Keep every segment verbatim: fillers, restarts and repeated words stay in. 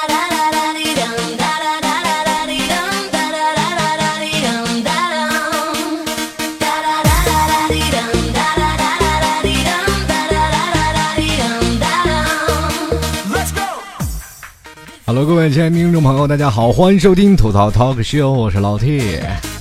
Hello， 各位亲爱的听众朋友，大家好，欢迎收听吐槽 Talk Show， 我是老 T。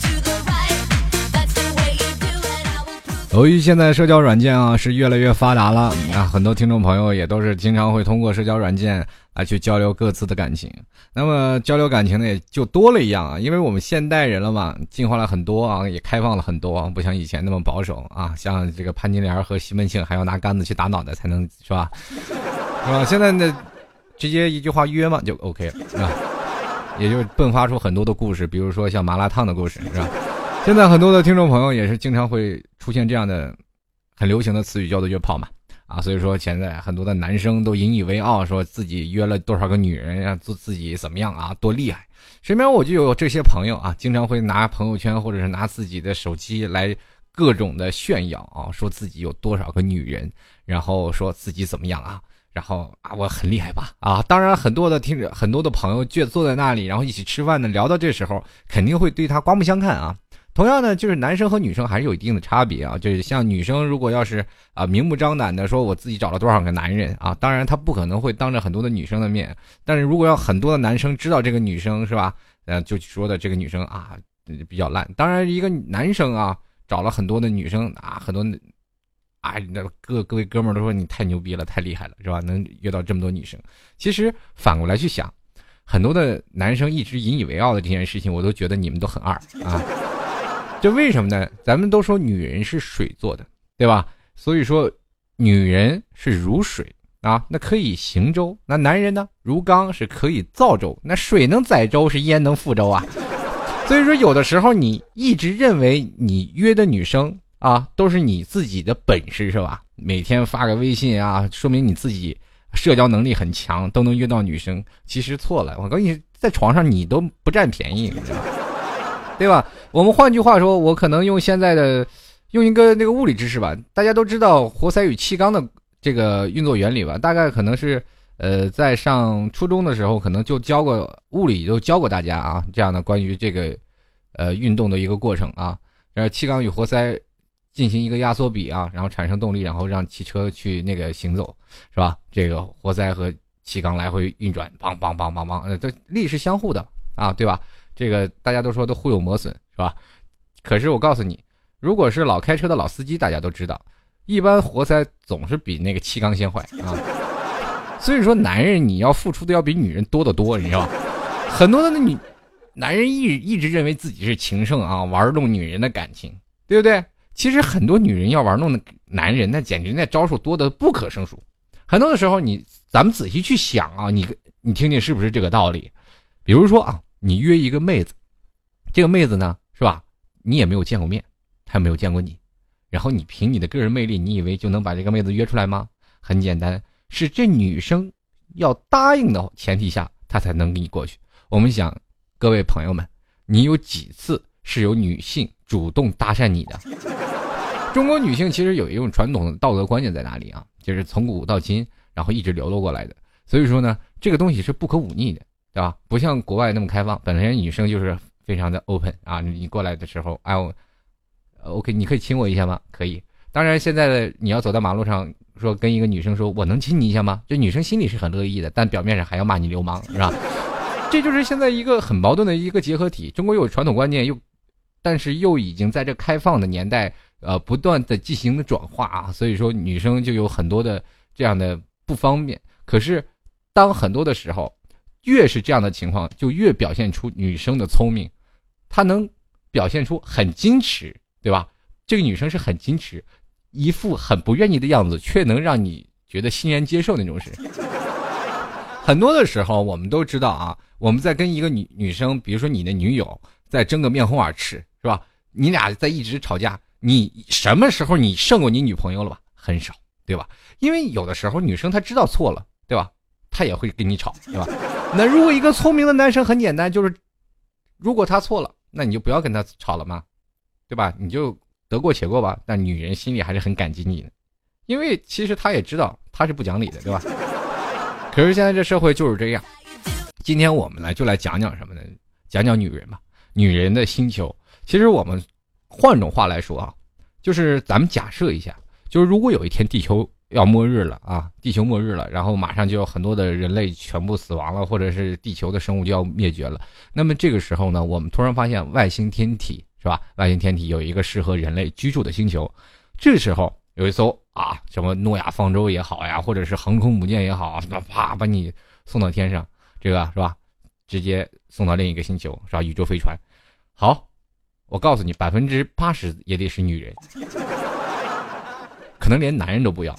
由于现在社交软件啊是越来越发达了啊，很多听众朋友也都是经常会通过社交软件来去交流各自的感情。那么交流感情呢也就多了一样啊，因为我们现代人了嘛，进化了很多啊，也开放了很多，不像以前那么保守啊。像这个潘金莲和西门庆还要拿杆子去打脑袋才能是吧？是吧？现在呢？直接一句话约嘛就 OK 了啊，也就迸发出很多的故事，比如说像麻辣烫的故事，是吧？现在很多的听众朋友也是经常会出现这样的很流行的词语，叫做约炮嘛啊，所以说现在很多的男生都引以为傲，说自己约了多少个女人啊，做自己怎么样啊，多厉害。身边我就有这些朋友啊，经常会拿朋友圈或者是拿自己的手机来各种的炫耀啊，说自己有多少个女人，然后说自己怎么样啊。然后啊，我很厉害吧？啊，当然很多的听着，很多的朋友就坐在那里，然后一起吃饭呢，聊到这时候，肯定会对他刮目相看啊。同样呢，就是男生和女生还是有一定的差别啊。就是像女生，如果要是啊明目张胆的说我自己找了多少个男人啊，当然他不可能会当着很多的女生的面。但是如果要很多的男生知道这个女生是吧，呃，就说的这个女生啊比较烂。当然一个男生啊找了很多的女生啊，很多。啊，那各各位哥们儿都说你太牛逼了，太厉害了，是吧？能约到这么多女生。其实反过来去想，很多的男生一直引以为傲的这件事情，我都觉得你们都很二啊。这为什么呢？咱们都说女人是水做的，对吧？所以说女人是如水啊，那可以行舟；那男人呢，如钢是可以造舟。那水能载舟，是焉能覆舟啊？所以说有的时候你一直认为你约的女生啊，都是你自己的本事是吧？每天发个微信啊，说明你自己社交能力很强，都能约到女生。其实错了，我跟你在床上你都不占便宜，你知道吧？对吧？我们换句话说，我可能用现在的用一个那个物理知识吧，大家都知道活塞与气缸的这个运作原理吧？大概可能是呃，在上初中的时候，可能就教过物理，都教过大家啊，这样的关于这个呃运动的一个过程啊，然后气缸与活塞进行一个压缩比啊，然后产生动力，然后让汽车去那个行走，是吧？这个活塞和气缸来回运转，梆梆梆梆梆，呃，这力是相互的啊，对吧？这个大家都说都互有磨损，是吧？可是我告诉你，如果是老开车的老司机，大家都知道，一般活塞总是比那个气缸先坏啊。所以说，男人你要付出的要比女人多得多，你知道吧？很多的女男人一一直认为自己是情圣啊，玩弄女人的感情，对不对？其实很多女人要玩弄的男人，那简直那招数多得不可胜数。很多的时候你，咱们仔细去想啊，你你听听是不是这个道理？比如说啊，你约一个妹子，这个妹子呢，是吧？你也没有见过面，她也没有见过你，然后你凭你的个人魅力，你以为就能把这个妹子约出来吗？很简单，是这女生要答应的前提下，她才能给你过去。我们想，各位朋友们，你有几次是有女性主动搭讪你的？中国女性其实有一种传统的道德观念在哪里啊？就是从古到今，然后一直流露过来的。所以说呢，这个东西是不可忤逆的，对吧？不像国外那么开放，本身女生就是非常的 open 啊。你过来的时候，哎，我 OK， 你可以亲我一下吗？可以。当然，现在的你要走到马路上，说跟一个女生说我能亲你一下吗？这女生心里是很乐意的，但表面上还要骂你流氓，是吧？这就是现在一个很矛盾的一个结合体。中国有传统观念，又但是又已经在这开放的年代。呃，不断的进行的转化啊，所以说女生就有很多的这样的不方便。可是，当很多的时候，越是这样的情况，就越表现出女生的聪明，她能表现出很矜持，对吧？这个女生是很矜持，一副很不愿意的样子，却能让你觉得欣然接受那种事。很多的时候，我们都知道啊，我们在跟一个女女生，比如说你的女友，在争个面红耳赤，是吧？你俩在一直吵架。你什么时候你胜过你女朋友了吧？很少，对吧？因为有的时候女生她知道错了，对吧？她也会跟你吵，对吧？那如果一个聪明的男生，很简单，就是如果他错了，那你就不要跟他吵了嘛，对吧？你就得过且过吧。但女人心里还是很感激你的，因为其实她也知道他是不讲理的，对吧？可是现在这社会就是这样， 今天我们来就来讲讲什么呢？讲讲女人吧，女人的星球。其实我们换种话来说啊，就是咱们假设一下，就是如果有一天地球要末日了啊，地球末日了，然后马上就有很多的人类全部死亡了，或者是地球的生物就要灭绝了。那么这个时候呢，我们突然发现外星天体是吧？外星天体有一个适合人类居住的星球，这时候有一艘啊，什么诺亚方舟也好呀，或者是航空母舰也好，啪把你送到天上，这个是吧？直接送到另一个星球是吧？宇宙飞船。好，我告诉你，百分之八十也得是女人，可能连男人都不要，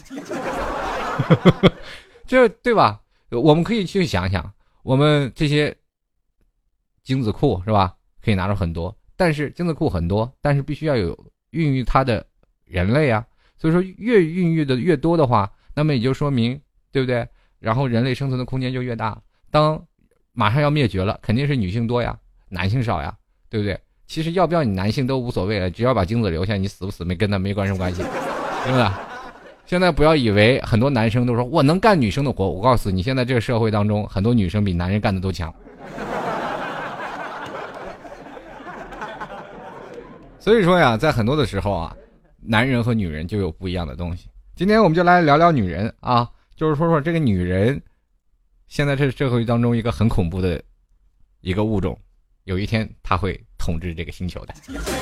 这对吧？我们可以去想想，我们这些精子库是吧？可以拿出很多，但是精子库很多，但是必须要有孕育它的人类啊。所以说，越孕育的越多的话，那么也就说明，对不对？然后人类生存的空间就越大。当马上要灭绝了，肯定是女性多呀，男性少呀，对不对？其实要不要你男性都无所谓了，只要把精子留下，你死不死没跟他没关什么关系，对吧？现在不要以为很多男生都说我能干女生的活，我告诉你，现在这个社会当中，很多女生比男人干的都强。所以说呀，在很多的时候啊，男人和女人就有不一样的东西。今天我们就来聊聊女人啊，就是说说这个女人。现在这社会当中一个很恐怖的一个物种，有一天它会统治这个星球的。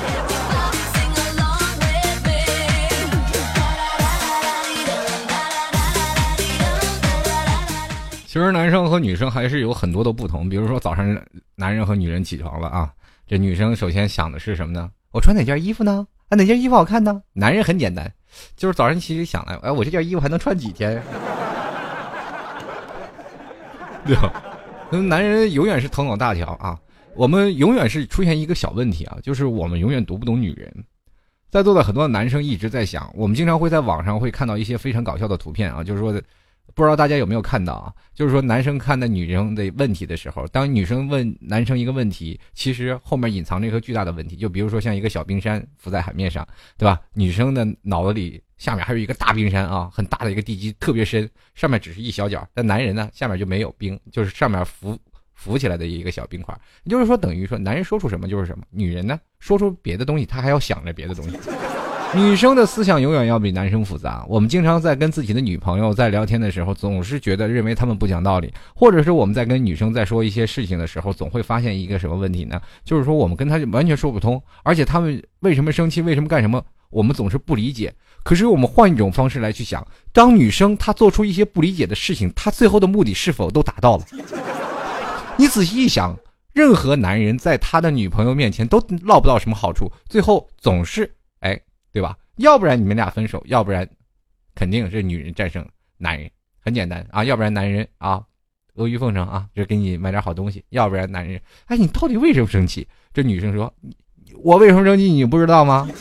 其实男生和女生还是有很多的不同，比如说早上男人和女人起床了啊，这女生首先想的是什么呢？我穿哪件衣服呢？啊，哪件衣服好看呢？男人很简单，就是早上其实想了，哎，我这件衣服还能穿几天？对吧？男人永远是头脑大条啊，我们永远是出现一个小问题啊，就是我们永远读不懂女人。在座的很多男生一直在想，我们经常会在网上会看到一些非常搞笑的图片啊，就是说不知道大家有没有看到啊，就是说男生看待女生的问题的时候，当女生问男生一个问题，其实后面隐藏着一个巨大的问题，就比如说像一个小冰山浮在海面上，对吧？女生的脑子里下面还有一个大冰山啊，很大的一个地基，特别深，上面只是一小角，但男人呢下面就没有冰，就是上面浮浮起来的一个小冰块。也就是说等于说男人说出什么就是什么，女人呢说出别的东西他还要想着别的东西。女生的思想永远要比男生复杂，我们经常在跟自己的女朋友在聊天的时候，总是觉得认为她们不讲道理，或者是我们在跟女生在说一些事情的时候，总会发现一个什么问题呢？就是说我们跟她完全说不通，而且她们为什么生气，为什么干什么，我们总是不理解。可是我们换一种方式来去想，当女生她做出一些不理解的事情，她最后的目的是否都达到了？你仔细一想，任何男人在他的女朋友面前都捞不到什么好处，最后总是哎，对吧？要不然你们俩分手，要不然肯定是女人战胜男人，很简单啊。要不然男人啊阿谀奉承啊，就给你买点好东西；要不然男人，哎，你到底为什么生气？这女生说，我为什么生气你不知道吗？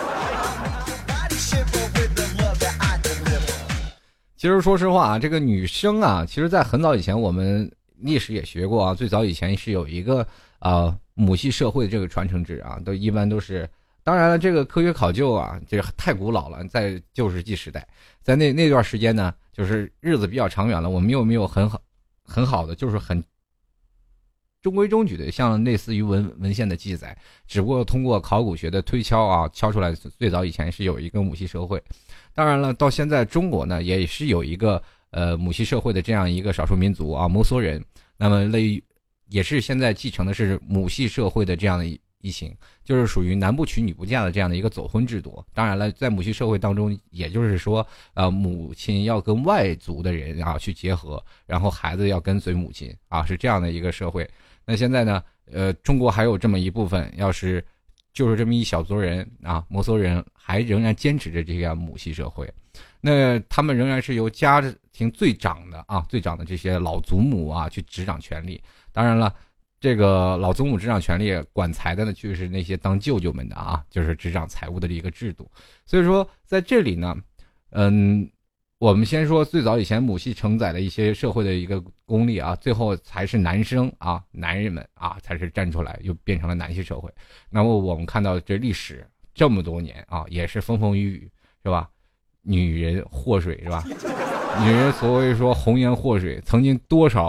其实说实话啊，这个女生啊，其实在很早以前我们历史也学过啊，最早以前是有一个呃母系社会的这个传承制啊，都一般都是。当然了，这个科学考究啊，这个太古老了，在旧石器时代，在那那段时间呢，就是日子比较长远了，我们又没有很好很好的，就是很中规中矩的，像类似于文文献的记载，只不过通过考古学的推敲啊，敲出来最早以前是有一个母系社会。当然了，到现在中国呢，也是有一个呃母系社会的这样一个少数民族啊，摩梭人，那么类也是现在继承的是母系社会的这样的一。一型就是属于男不娶女不嫁的这样的一个走婚制度。当然了，在母系社会当中，也就是说，呃，母亲要跟外族的人啊去结合，然后孩子要跟随母亲啊，是这样的一个社会。那现在呢，呃，中国还有这么一部分，要是就是这么一小撮人啊，摩梭人还仍然坚持着这样母系社会。那他们仍然是由家庭最长的啊，最长的这些老祖母啊去执掌权力。当然了。这个老祖母执掌权力管财的呢，就是那些当舅舅们的啊，就是执掌财务的一个制度。所以说在这里呢，嗯，我们先说最早以前母系承载的一些社会的一个功力啊，最后才是男生啊，男人们啊才是站出来，又变成了男系社会。那么我们看到这历史这么多年啊，也是风风雨雨，是吧？女人祸水是吧？女人所谓说红颜祸水，曾经多少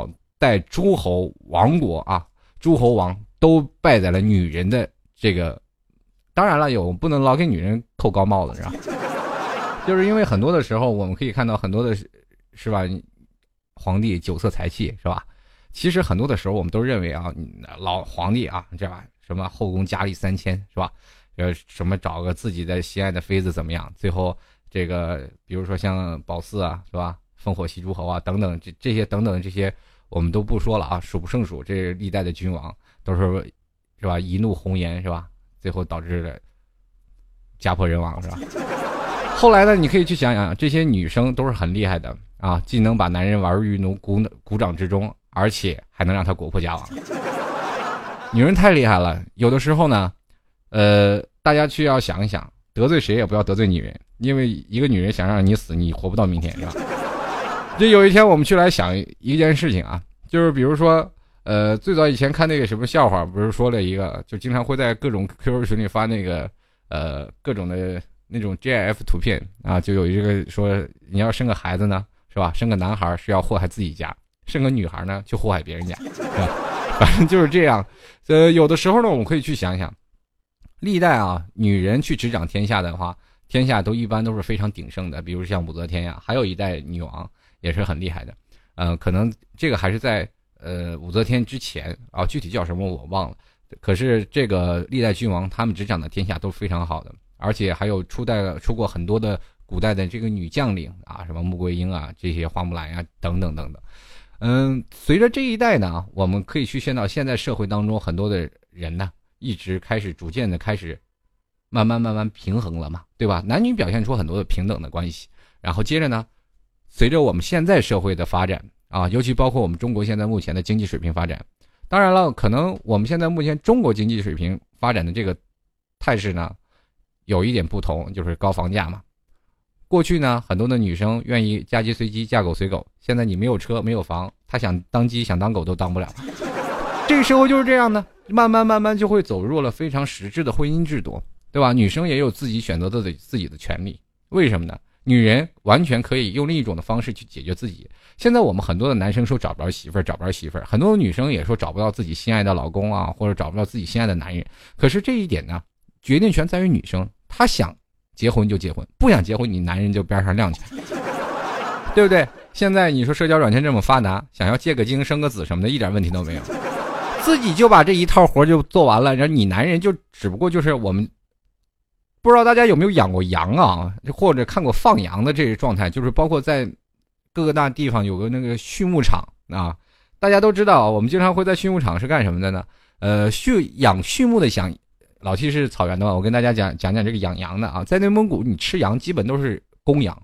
代诸侯王国啊，诸侯王都败在了女人的这个，当然了，有不能老给女人扣高帽子是吧？就是因为很多的时候我们可以看到很多的是吧，皇帝酒色财气是吧？其实很多的时候我们都认为啊，老皇帝啊，这吧什么后宫佳丽三千是吧？呃，什么找个自己的心爱的妃子怎么样？最后这个比如说像褒姒啊是吧？烽火戏诸侯啊等等，这这些等等这些我们都不说了啊，数不胜数。这历代的君王都是是吧？一怒红颜是吧？最后导致了家破人亡是吧？后来呢，你可以去想想，这些女生都是很厉害的啊，既能把男人玩于奴鼓鼓掌之中，而且还能让他国破家亡。女人太厉害了，有的时候呢，呃，大家去要想一想，得罪谁也不要得罪女人，因为一个女人想让你死，你活不到明天是吧？就有一天我们去来想一件事情啊，就是比如说，呃，最早以前看那个什么笑话，不是说了一个，就经常会在各种 Q Q 群里发那个，呃，各种的那种 G I F 图片啊，就有一个说，你要生个孩子呢，是吧？生个男孩是要祸害自己家，生个女孩呢就祸害别人家，是吧？反正就是这样。呃，有的时候呢，我们可以去想想，历代啊，女人去执掌天下的话，天下都一般都是非常鼎盛的，比如像武则天呀，还有一代女王。也是很厉害的，呃，可能这个还是在呃武则天之前啊，具体叫什么我忘了。可是这个历代君王他们执掌的天下都非常好的，而且还有初代出过很多的古代的这个女将领啊，什么穆桂英啊，这些花木兰呀、啊、等等等等。嗯，随着这一代呢，我们可以去见到现在社会当中很多的人呢，一直开始逐渐的开始慢慢慢慢平衡了嘛，对吧？男女表现出很多的平等的关系，然后接着呢。随着我们现在社会的发展啊，尤其包括我们中国现在目前的经济水平发展，当然了，可能我们现在目前中国经济水平发展的这个态势呢，有一点不同，就是高房价嘛。过去呢，很多的女生愿意嫁鸡随鸡，嫁狗随狗，现在你没有车没有房，她想当鸡想当狗都当不了。这个时候就是这样的，慢慢慢慢就会走入了非常实质的婚姻制度，对吧？女生也有自己选择的自己的权利，为什么呢？女人完全可以用另一种的方式去解决自己。现在我们很多的男生说找不着媳妇儿，找不着媳妇儿，很多的女生也说找不到自己心爱的老公啊，或者找不到自己心爱的男人。可是这一点呢，决定权在于女生，她想结婚就结婚，不想结婚，你男人就边上晾起来，对不对？现在你说社交软件这么发达，想要借个精生个子什么的，一点问题都没有，自己就把这一套活就做完了，然后你男人就只不过就是我们。不知道大家有没有养过羊啊，或者看过放羊的这个状态，就是包括在各个大地方有个那个畜牧场啊，大家都知道，我们经常会在畜牧场是干什么的呢？呃，畜养畜牧的想，老七是草原的话，我跟大家讲讲讲这个养羊的啊，在内蒙古你吃羊基本都是公羊，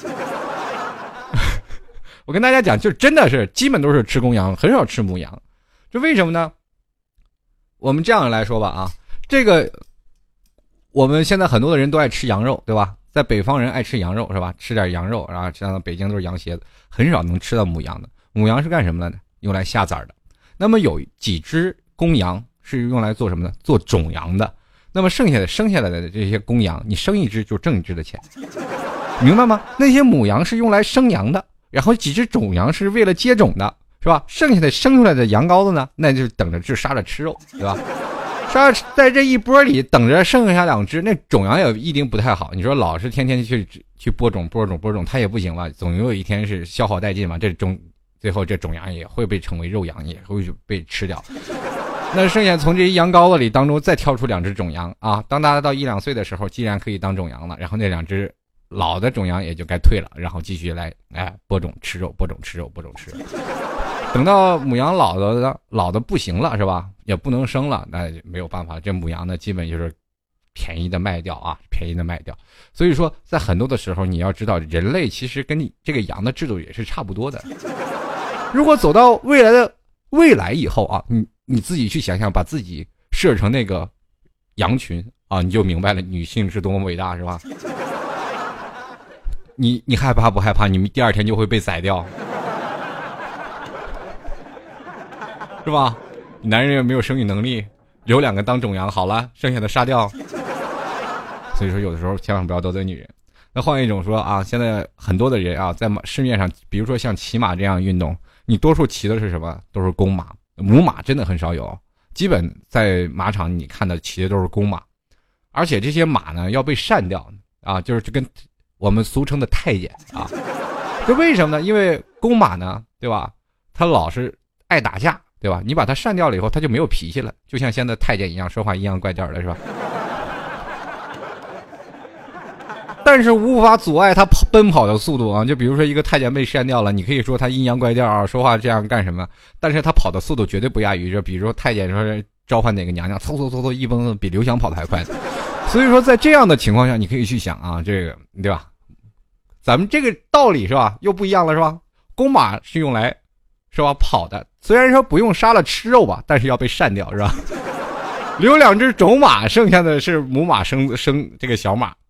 我跟大家讲，就真的是基本都是吃公羊，很少吃母羊，这为什么呢？我们这样来说吧啊，这个。我们现在很多的人都爱吃羊肉，对吧？在北方人爱吃羊肉是吧？吃点羊肉，然后像北京都是羊蝎子，很少能吃到母羊的。母羊是干什么的呢？用来下崽的。那么有几只公羊是用来做什么呢？做种羊的。那么剩下的生下来的这些公羊，你生一只就挣一只的钱，明白吗？那些母羊是用来生羊的，然后几只种羊是为了接种的，是吧？剩下的生出来的羊羔子呢，那就等着就杀着吃肉，对吧？杀在这一波里等着剩下两只，那种羊也一定不太好。你说老是天天去去播种播种播种，它也不行吧？总有一天是消耗殆尽嘛。这种最后这种羊也会被称为肉羊，也会被吃掉。那剩下从这些羊羔子里当中再挑出两只种羊啊，当它到一两岁的时候，既然可以当种羊了，然后那两只老的种羊也就该退了，然后继续来哎播种吃肉，播种吃肉，播种吃肉。等到母羊老的老的不行了是吧，也不能生了，那没有办法，这母羊呢基本就是便宜的卖掉啊，便宜的卖掉。所以说在很多的时候你要知道，人类其实跟你这个羊的制度也是差不多的。如果走到未来的未来以后啊，你你自己去想想，把自己设成那个羊群啊，你就明白了女性是多么伟大，是吧？你你害怕不害怕？你们第二天就会被宰掉。是吧？男人也没有生育能力，留两个当种羊好了，剩下的杀掉。所以说有的时候千万不要得罪女人。那换一种说啊，现在很多的人啊，在市面上，比如说像骑马这样运动， 你多数骑的是什么？都是公马，母马真的很少有，基本在马场你看的骑的都是公马，而且这些马呢要被善掉啊，就是跟我们俗称的太监啊。这为什么呢？因为公马呢，对吧？他老是爱打架，对吧？你把他善掉了以后，他就没有脾气了，就像现在太监一样，说话一样怪调的，是吧？但是无法阻碍他跑奔跑的速度啊！就比如说一个太监被删掉了，你可以说他阴阳怪调啊，说话这样干什么？但是他跑的速度绝对不亚于这，比如说太监说召唤哪个娘娘，嗖嗖嗖嗖一蹦比刘翔跑得还快。所以说在这样的情况下，你可以去想啊，这个对吧？咱们这个道理是吧？又不一样了是吧？公马是用来是吧跑的，虽然说不用杀了吃肉吧，但是要被删掉是吧？留两只种马，剩下的是母马生生这个小马。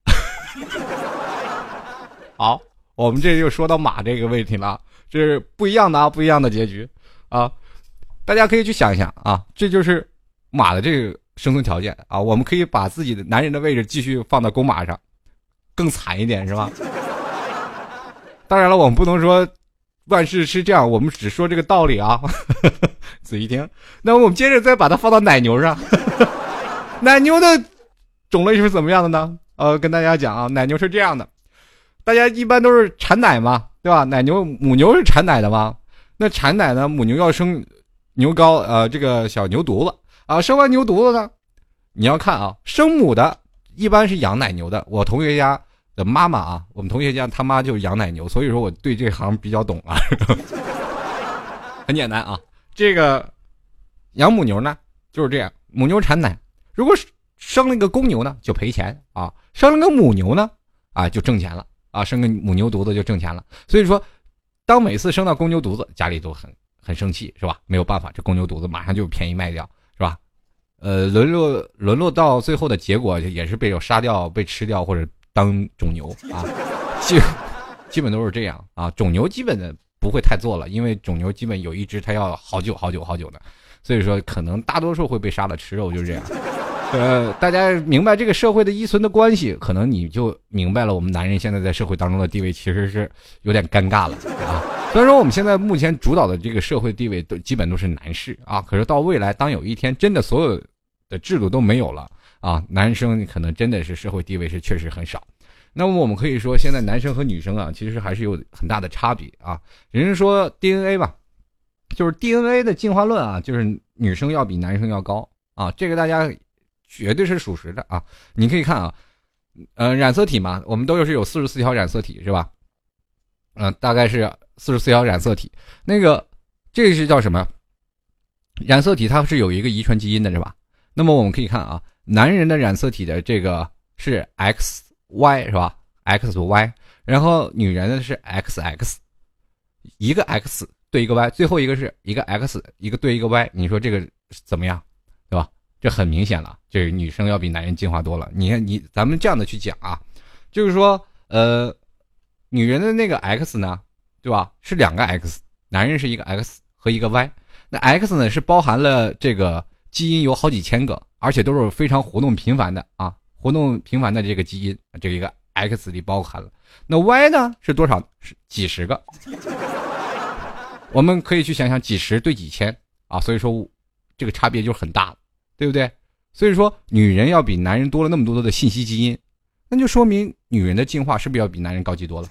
好，我们这就说到马这个问题了，这是不一样的啊，不一样的结局啊！大家可以去想一想啊，这就是马的这个生存条件啊。我们可以把自己的男人的位置继续放到公马上，更惨一点是吧？当然了，我们不能说万事是这样，我们只说这个道理啊。仔细听，那我们接着再把它放到奶牛上，奶牛的种类是怎么样的呢？呃，跟大家讲啊，奶牛是这样的。大家一般都是产奶嘛，对吧？奶牛母牛是产奶的嘛，那产奶呢，母牛要生牛羔，呃，这个小牛犊子啊，生完牛犊子呢，你要看啊，生母的一般是养奶牛的。我同学家的妈妈啊，我们同学家他妈就养奶牛，所以说我对这行比较懂啊。很简单啊，这个养母牛呢就是这样，母牛产奶，如果生了一个公牛呢就赔钱啊，生了个母牛呢啊就挣钱了。啊，生个母牛犊子就挣钱了，所以说，当每次生到公牛犊子，家里都很很生气，是吧？没有办法，这公牛犊子马上就便宜卖掉，是吧？呃，沦落沦落到最后的结果也是被杀掉、被吃掉或者当种牛啊，基基本都是这样啊。种牛基本的不会太做了，因为种牛基本有一只它要好久好久好久的，所以说可能大多数会被杀了吃肉，就是这样。呃，大家明白这个社会的依存的关系，可能你就明白了我们男人现在在社会当中的地位其实是有点尴尬了啊。虽然说我们现在目前主导的这个社会地位都基本都是男士啊，可是到未来当有一天真的所有的制度都没有了啊，男生可能真的是社会地位是确实很少。那么我们可以说现在男生和女生啊其实还是有很大的差别啊。人家说 D N A 吧，就是 D N A 的进化论啊，就是女生要比男生要高啊，这个大家绝对是属实的啊！你可以看啊，呃，染色体嘛，我们都是有四十四条染色体，是吧？嗯、呃，大概是四十四条染色体。那个，这是叫什么？染色体它是有一个遗传基因的，是吧？那么我们可以看啊，男人的染色体的这个是 X Y 是吧 ？X Y， 然后女人的是 X X， 一个 X 对一个 Y， 最后一个是一个 X， 一个对一个 Y， 你说这个怎么样？对吧？这很明显了，这个女生要比男人进化多了。你看，你咱们这样的去讲啊，就是说，呃，女人的那个 X 呢，对吧？是两个 X， 男人是一个 X 和一个 Y。那 X 呢是包含了这个基因有好几千个，而且都是非常活动频繁的啊，活动频繁的这个基因，这个一个 X 里包含了。那 Y 呢是多少？是几十个。我们可以去想想几十对几千啊，所以说这个差别就很大了。对不对？所以说女人要比男人多了那么多的信息基因，那就说明女人的进化是不是要比男人高级多了？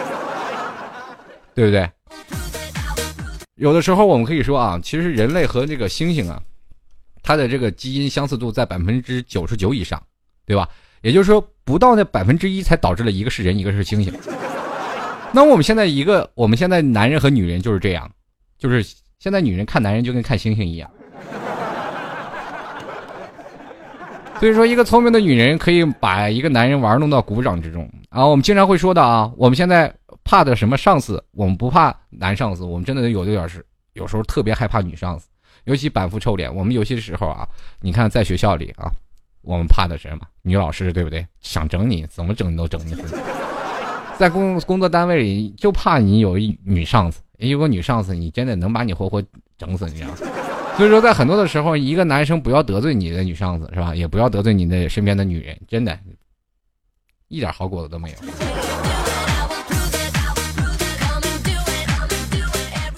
对不对？有的时候我们可以说啊，其实人类和这个猩猩啊，它的这个基因相似度在百分之九十九以上，对吧？也就是说，不到那百分之一才导致了一个是人，一个是猩猩。那我们现在一个，我们现在男人和女人就是这样，就是现在女人看男人就跟看猩猩一样。所以说，一个聪明的女人可以把一个男人玩弄到股掌之中啊！我们经常会说的啊，我们现在怕的什么上司，我们不怕男上司，我们真的有点是有时候特别害怕女上司，尤其板腹臭脸。我们有些时候啊，你看在学校里啊，我们怕的是什么？女老师，对不对？想整你，怎么整你都整你。在工工作单位里，就怕你有一女上司，有个女上司，你真的能把你活活整死你啊！所以说在很多的时候，一个男生不要得罪你的女上司，是吧？也不要得罪你的身边的女人，真的一点好果子都没有。其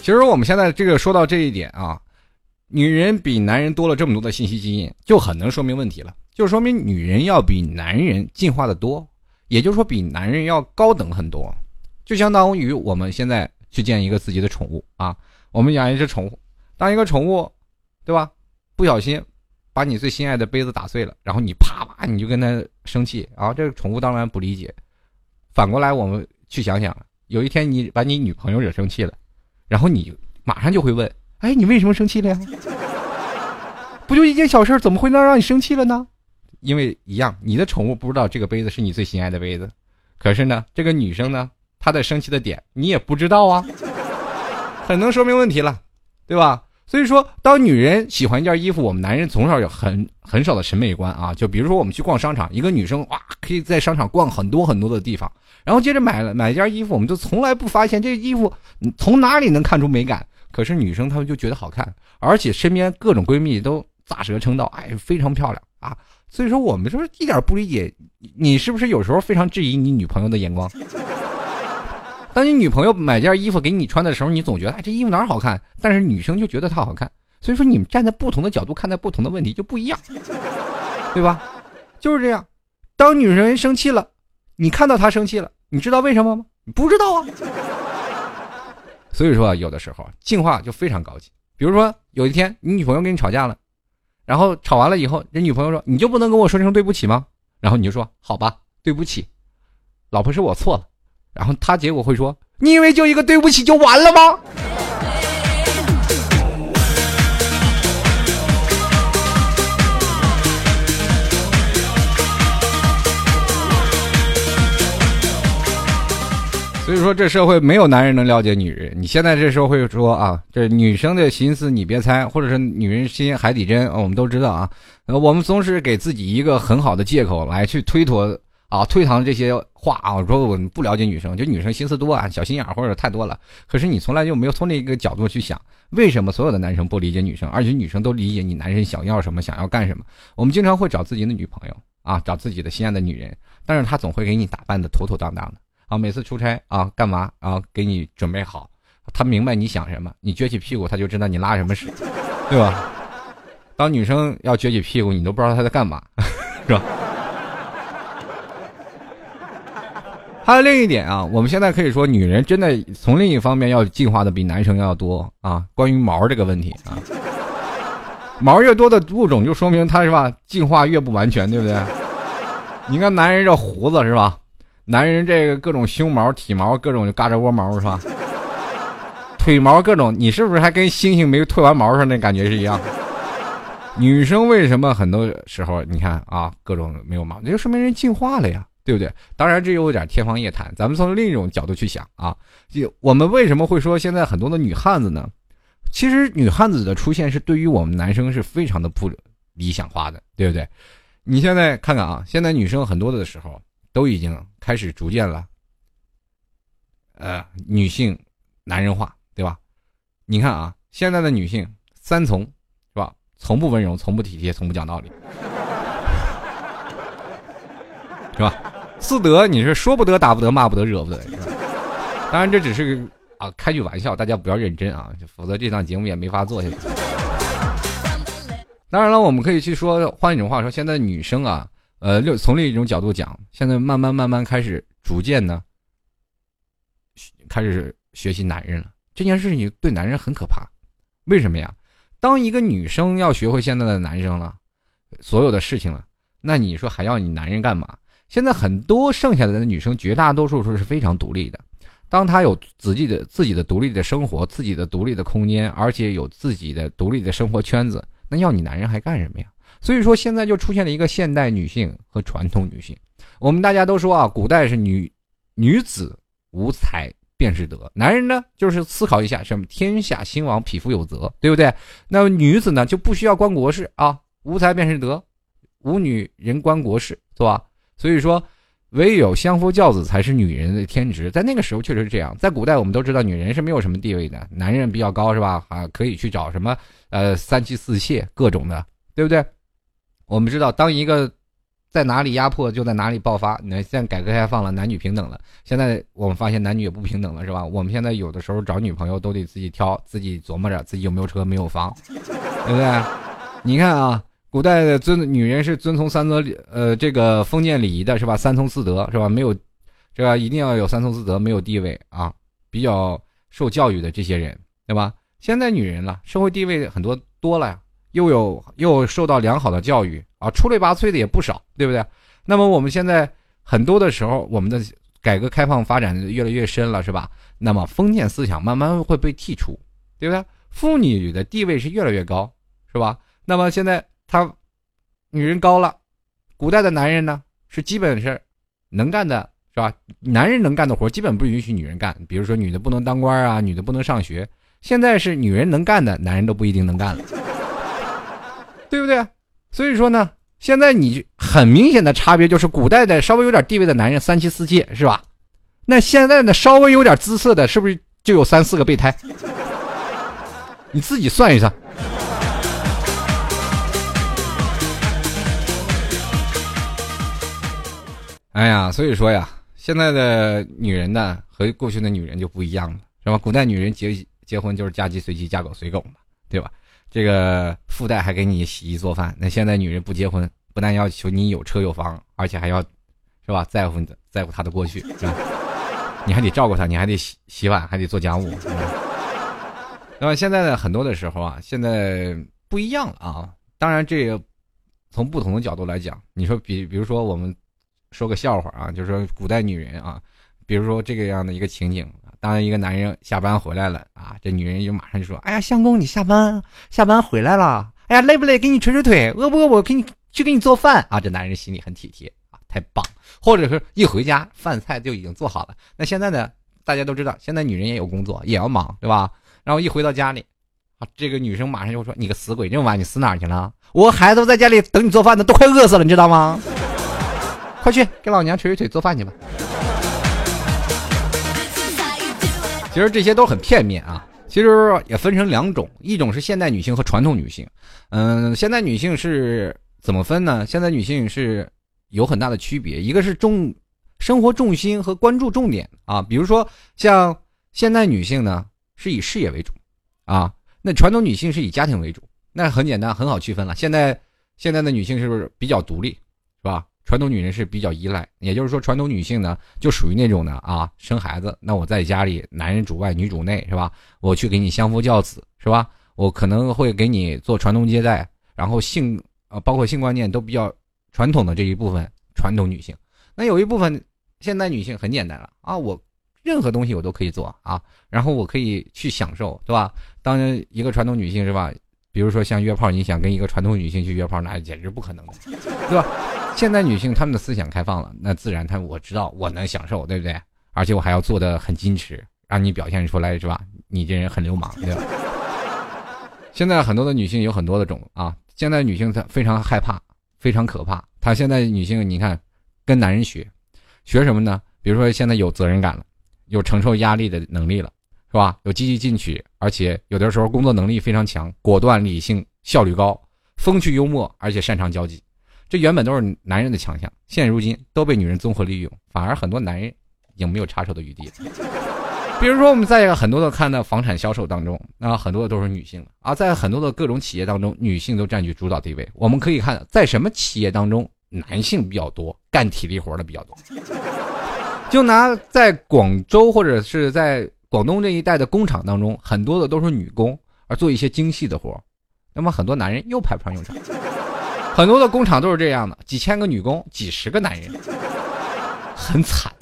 其实我们现在这个说到这一点啊，女人比男人多了这么多的信息基因，就很能说明问题了，就说明女人要比男人进化的多，也就是说比男人要高等很多。就相当于我们现在去见一个自己的宠物啊，我们养一只宠物，当一个宠物，对吧？不小心把你最心爱的杯子打碎了，然后你啪啪你就跟他生气啊，这个宠物当然不理解。反过来我们去想想，有一天你把你女朋友惹生气了，然后你马上就会问，哎，你为什么生气了呀？不就一件小事，怎么会能让你生气了呢？因为一样，你的宠物不知道这个杯子是你最心爱的杯子，可是呢，这个女生呢，她的生气的点你也不知道啊，很能说明问题了，对吧？所以说，当女人喜欢一件衣服，我们男人从小有很很少的审美观啊。就比如说我们去逛商场，一个女生哇，可以在商场逛很多很多的地方，然后接着买了买一件衣服，我们就从来不发现这个衣服从哪里能看出美感。可是女生她们就觉得好看，而且身边各种闺蜜都咂舌称道，哎，非常漂亮啊。所以说我们说一点不理解，你是不是有时候非常质疑你女朋友的眼光？当你女朋友买件衣服给你穿的时候，你总觉得哎这衣服哪儿好看，但是女生就觉得它好看。所以说你们站在不同的角度看待不同的问题就不一样，对吧？就是这样。当女人生气了，你看到她生气了，你知道为什么吗？你不知道啊。所以说啊，有的时候进化就非常高级。比如说有一天你女朋友跟你吵架了，然后吵完了以后，人女朋友说你就不能跟我说声对不起吗？然后你就说好吧，对不起，老婆是我错了。然后他结果会说，你以为就一个对不起就完了吗？所以说这社会没有男人能了解女人。你现在这社会说啊，这女生的心思你别猜，或者是女人心海底针，我们都知道啊。呃，我们总是给自己一个很好的借口来去推脱啊，推搪这些话啊，说我们不了解女生，就女生心思多啊，小心眼或者太多了。可是你从来就没有从那个角度去想，为什么所有的男生不理解女生，而且女生都理解你男人想要什么，想要干什么。我们经常会找自己的女朋友啊，找自己的心爱的女人，但是她总会给你打扮的妥妥当当的啊，每次出差啊干嘛啊，给你准备好，她明白你想什么，你撅起屁股她就知道你拉什么屎，对吧？当女生要撅起屁股，你都不知道她在干嘛，是吧？还有另一点啊，我们现在可以说女人真的从另一方面要进化的比男生要多啊。关于毛这个问题啊，毛越多的物种就说明它是吧进化越不完全，对不对？你看男人这胡子是吧，男人这个各种胸毛体毛各种嘎吱窝毛是吧，腿毛各种，你是不是还跟猩猩没褪完毛上那感觉是一样？女生为什么很多时候你看啊各种没有毛，那就说明人进化了呀，对不对？当然这有点天方夜谭，咱们从另一种角度去想啊，就我们为什么会说现在很多的女汉子呢？其实女汉子的出现是对于我们男生是非常的不理想化的，对不对？你现在看看啊，现在女生很多的时候都已经开始逐渐了呃女性男人化，对吧？你看啊，现在的女性三从是吧，从不温柔，从不体贴，从不讲道理，是吧？四德你是说不得，打不得，骂不得，惹不得，是吧？当然这只是啊开句玩笑，大家不要认真啊，否则这档节目也没法做下去。当然了，我们可以去说，换一种话说，现在女生啊，呃，从另一种角度讲，现在慢慢慢慢开始逐渐呢，开始学习男人了。这件事情对男人很可怕，为什么呀？当一个女生要学会现在的男生了，所有的事情了，那你说还要你男人干嘛？现在很多剩下来的女生，绝大多数是非常独立的。当她有自己的自己的独立的生活，自己的独立的空间，而且有自己的独立的生活圈子，那要你男人还干什么呀？所以说现在就出现了一个现代女性和传统女性。我们大家都说啊，古代是女女子无才便是德，男人呢就是思考一下什么天下兴亡，匹夫有责，对不对？那么女子呢就不需要观国事啊，无才便是德，无女人观国事，是吧？所以说唯有相夫教子才是女人的天职，在那个时候确实是这样。在古代我们都知道女人是没有什么地位的，男人比较高是吧？啊，可以去找什么呃三妻四妾各种的，对不对？我们知道当一个在哪里压迫就在哪里爆发。那现在改革开放了，男女平等了，现在我们发现男女也不平等了，是吧？我们现在有的时候找女朋友都得自己挑，自己琢磨着自己有没有车没有房，对不对？你看啊，古代的尊女人是遵从三则呃这个封建礼仪的，是吧？三从四德，是吧？没有这个一定要有三从四德，没有地位啊，比较受教育的这些人，对吧？现在女人了，社会地位很多多了呀，又有又受到良好的教育啊，出类拔萃的也不少，对不对？那么我们现在很多的时候，我们的改革开放发展越来越深了，是吧？那么封建思想慢慢会被剔除，对不对？妇女的地位是越来越高，是吧？那么现在她女人高了，古代的男人呢是基本是能干的，是吧？男人能干的活基本不允许女人干，比如说女的不能当官啊，女的不能上学。现在是女人能干的，男人都不一定能干了，对不对？所以说呢，现在你很明显的差别就是古代的稍微有点地位的男人三妻四妾，是吧？那现在呢稍微有点姿色的，是不是就有三四个备胎？你自己算一算。哎呀，所以说呀，现在的女人呢和过去的女人就不一样了，是吧？古代女人结结婚就是嫁鸡随鸡嫁狗随狗嘛，对吧？这个附带还给你洗衣做饭。那现在女人不结婚，不但要求你有车有房，而且还要是吧在乎在乎她的过去，是吧？你还得照顾她，你还得洗洗碗，还得做家务。那么现在呢，很多的时候啊，现在不一样了啊。当然，这个从不同的角度来讲，你说比比如说我们说个笑话啊，就是说古代女人啊，比如说这个样的一个情景。当一个男人下班回来了啊，这女人就马上就说：“哎呀，相公，你下班下班回来了，哎呀，累不累？给你捶捶腿，饿不饿？我给你去给你做饭啊。”这男人心里很体贴啊，太棒。或者是一回家饭菜就已经做好了。那现在呢，大家都知道，现在女人也有工作，也要忙，对吧？然后一回到家里啊，这个女生马上就说：“你个死鬼，这么晚你死哪儿去了？我孩子都在家里等你做饭呢，都快饿死了，你知道吗？快去给老娘捶捶腿做饭去吧。”其实这些都很片面啊，其实也分成两种，一种是现代女性和传统女性。嗯，现代女性是怎么分呢？现代女性是有很大的区别，一个是重生活重心和关注重点啊，比如说像现代女性呢是以事业为主啊，那传统女性是以家庭为主。那很简单，很好区分了。现在现在的女性是不是比较独立，是吧？传统女人是比较依赖，也就是说传统女性呢就属于那种的啊，生孩子，那我在家里男人主外女主内，是吧？我去给你相夫教子，是吧？我可能会给你做传宗接代，然后性呃包括性观念都比较传统的这一部分传统女性。那有一部分现代女性很简单了啊，我任何东西我都可以做啊，然后我可以去享受，对吧？当然一个传统女性是吧，比如说像约炮，你想跟一个传统女性去约炮，那简直不可能的，对吧？现在女性她们的思想开放了，那自然她我知道我能享受，对不对？而且我还要做得很矜持，让你表现出来，是吧？你这人很流氓，对吧？现在很多的女性有很多的种啊，现在女性她非常害怕，非常可怕。她现在女性你看跟男人学学什么呢？比如说现在有责任感了，有承受压力的能力了，是吧？有积极进取，而且有的时候工作能力非常强，果断理性，效率高，风趣幽默，而且擅长交际。这原本都是男人的强项，现如今都被女人综合利用，反而很多男人已经没有插手的余地了。比如说我们在很多的看到房产销售当中，啊，很多的都是女性啊，在很多的各种企业当中，女性都占据主导地位。我们可以看在什么企业当中男性比较多，干体力活的比较多。就拿在广州或者是在广东这一带的工厂当中，很多的都是女工，而做一些精细的活，那么很多男人又派不上用场。很多的工厂都是这样的，几千个女工，几十个男人，很惨。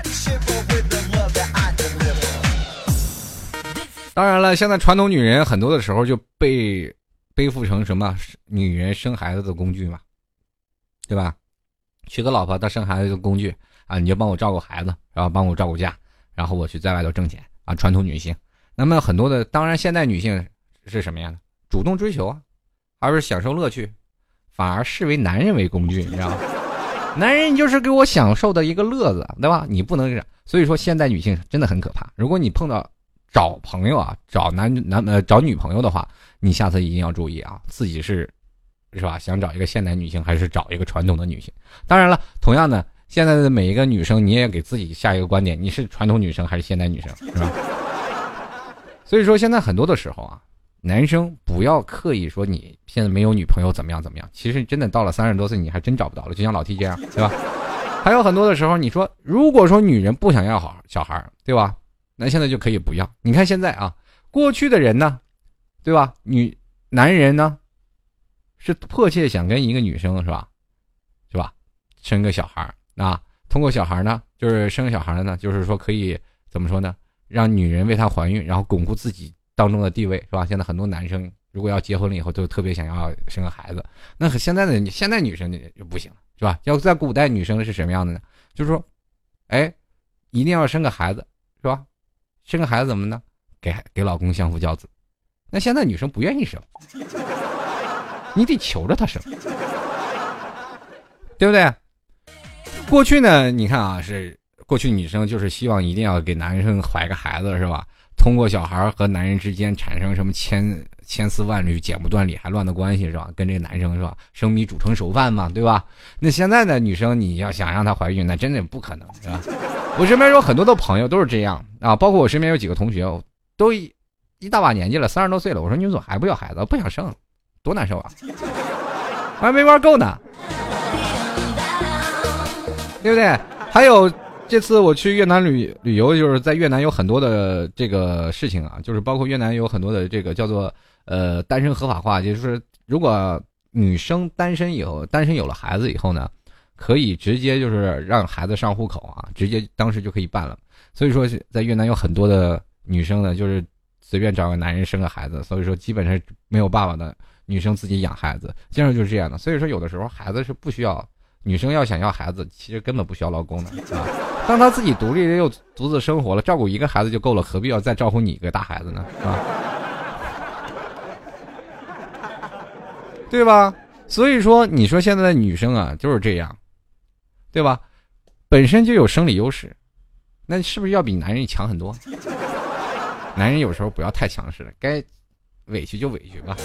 当然了，现在传统女人很多的时候就被背负成什么女人生孩子的工具嘛，对吧？娶个老婆当生孩子的工具啊，你就帮我照顾孩子，然后帮我照顾家，然后我去在外头挣钱啊。传统女性，那么很多的，当然现代女性是什么样的？主动追求啊，而不是享受乐趣。反而视为男人为工具，你知道吗？男人就是给我享受的一个乐子，对吧？你不能这样。所以说现代女性真的很可怕。如果你碰到找朋友啊，找男男呃找女朋友的话，你下次一定要注意啊，自己是是吧？想找一个现代女性还是找一个传统的女性？当然了，同样的，现在的每一个女生你也给自己下一个观点，你是传统女生还是现代女生，是吧？所以说现在很多的时候啊，男生不要刻意说你现在没有女朋友怎么样怎么样，其实真的到了三十多岁你还真找不到了，就像老 T 这样，对吧？还有很多的时候你说如果说女人不想要好小孩，对吧？那现在就可以不要。你看现在啊，过去的人呢，对吧？女男人呢是迫切想跟一个女生是吧？是吧？生个小孩啊，通过小孩呢，就是生小孩呢，就是说可以怎么说呢？让女人为他怀孕，然后巩固自己当中的地位，是吧？现在很多男生如果要结婚了以后，就特别想要生个孩子。那现在的现在女生就不行了，是吧？要在古代女生是什么样的呢？就是说，哎，一定要生个孩子，是吧？生个孩子怎么呢？给给老公相夫教子。那现在女生不愿意生，你得求着她生，对不对？过去呢，你看啊，是过去女生就是希望一定要给男生怀个孩子，是吧？通过小孩和男人之间产生什么千千丝万缕、剪不断理还乱的关系，是吧？跟这个男生是吧？生米煮成熟饭嘛，对吧？那现在的女生，你要想让她怀孕，那真的不可能，是吧？我身边有很多的朋友都是这样啊，包括我身边有几个同学，都一一大把年纪了，三十多岁了。我说你怎么还不要孩子？不想生，多难受啊！我还没玩够呢，对不对？还有这次我去越南旅旅游，就是在越南有很多的这个事情啊，就是包括越南有很多的这个叫做呃单身合法化，也就是如果女生单身以后，单身有了孩子以后呢，可以直接就是让孩子上户口啊，直接当时就可以办了。所以说在越南有很多的女生呢，就是随便找个男人生个孩子，所以说基本上没有爸爸的女生自己养孩子，经常就是这样的。所以说有的时候孩子是不需要，女生要想要孩子，其实根本不需要老公的啊。当她自己独立又独自生活了，照顾一个孩子就够了，何必要再照顾你一个大孩子呢？啊，对吧？所以说你说现在的女生啊就是这样，对吧？本身就有生理优势，那是不是要比男人强很多？男人有时候不要太强势了，该委屈就委屈吧。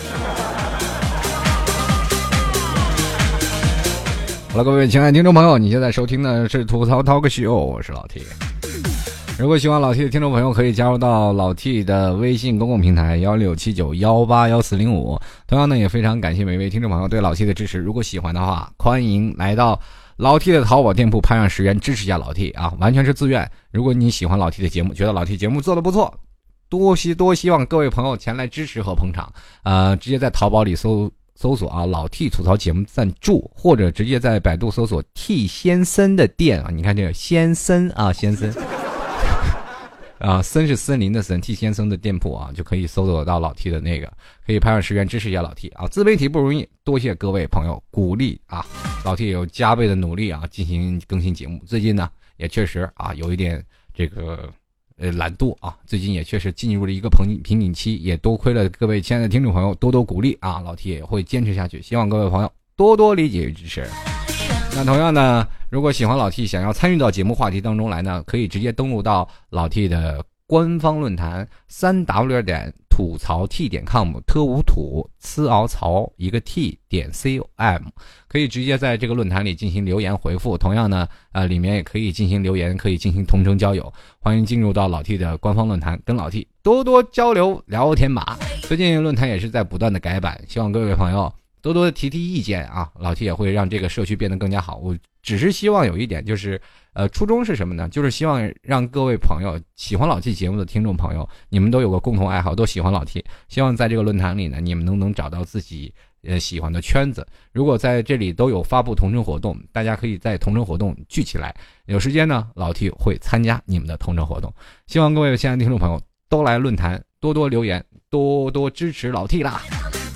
好了，各位亲爱的听众朋友，你现在收听的是吐槽 Talk Show， 我是老 T。如果喜欢老 T 的听众朋友，可以加入到老 T 的微信公共平台幺六七九幺八幺四零五。同样呢，也非常感谢每位听众朋友对老 T 的支持。如果喜欢的话，欢迎来到老 T 的淘宝店铺拍上十元支持一下老 T 啊，完全是自愿。如果你喜欢老 T 的节目，觉得老 T 节目做得不错，多希多希望各位朋友前来支持和捧场。呃，直接在淘宝里搜搜索啊老 T 吐槽节目赞助，或者直接在百度搜索 T 先生的店啊，你看这个先生啊先生啊，森是森林的森 ，T 先生的店铺啊，就可以搜索到老 T 的那个，可以拍上十元支持一下老 T 啊。自媒体不容易，多谢各位朋友鼓励啊，老 T 有加倍的努力啊，进行更新节目。最近呢，也确实啊有一点这个呃懒惰啊，最近也确实进入了一个瓶瓶颈期，也多亏了各位亲爱的听众朋友多多鼓励啊，老 T 也会坚持下去，希望各位朋友多多理解与支持。那同样呢，如果喜欢老 T 想要参与到节目话题当中来呢，可以直接登录到老 T 的官方论坛 三 w 点吐槽 t 点 com 特无土呲熬槽一个 t 点 com， 可以直接在这个论坛里进行留言回复。同样呢呃，里面也可以进行留言，可以进行同城交友，欢迎进入到老 T 的官方论坛，跟老 T 多多交流聊天吧。最近论坛也是在不断的改版，希望各位朋友多多的提提意见啊，老 T 也会让这个社区变得更加好。我只是希望有一点，就是呃，初衷是什么呢？就是希望让各位朋友喜欢老 T 节目的听众朋友，你们都有个共同爱好，都喜欢老 T， 希望在这个论坛里呢，你们能能找到自己呃喜欢的圈子。如果在这里都有发布同城活动，大家可以在同城活动聚起来，有时间呢，老 T 会参加你们的同城活动。希望各位亲爱的听众朋友都来论坛多多留言，多多支持老 T 啦。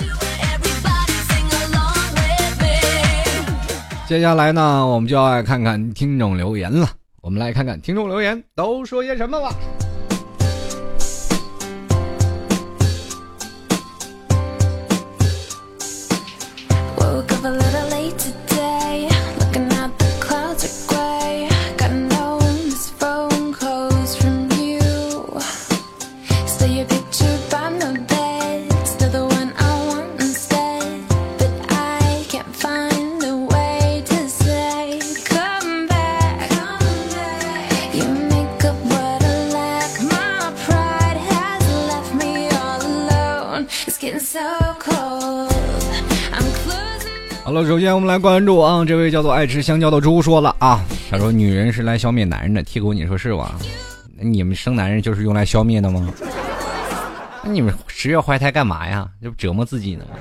接下来呢，我们就要来看看听众留言了。我们来看看听众留言都说些什么吧。 好了，首先我们来关注啊，这位叫做爱吃香蕉的猪说了啊，他说女人是来消灭男人的，剔骨你说是吧？你们生男人就是用来消灭的吗？那你们十月怀胎干嘛呀？就折磨自己呢？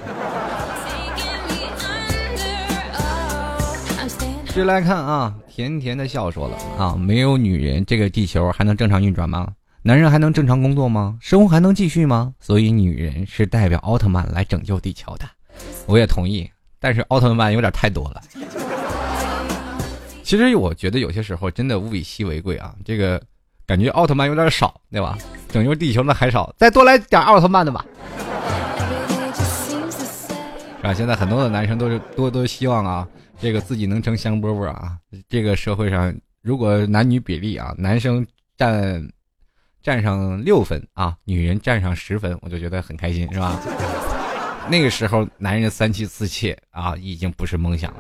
接来看啊，甜甜的笑说了啊，没有女人，这个地球还能正常运转吗？男人还能正常工作吗？生活还能继续吗？所以女人是代表奥特曼来拯救地球的。我也同意，但是奥特曼有点太多了。其实我觉得有些时候真的物以稀为贵啊，这个感觉奥特曼有点少，对吧？拯救地球的还少，再多来点奥特曼的吧。是吧？现在很多的男生都是多多希望啊，这个自己能成香饽饽啊。这个社会上如果男女比例啊，男生占占上六分啊，女人占上十分，我就觉得很开心，是吧？那个时候男人三妻四妾啊，已经不是梦想了。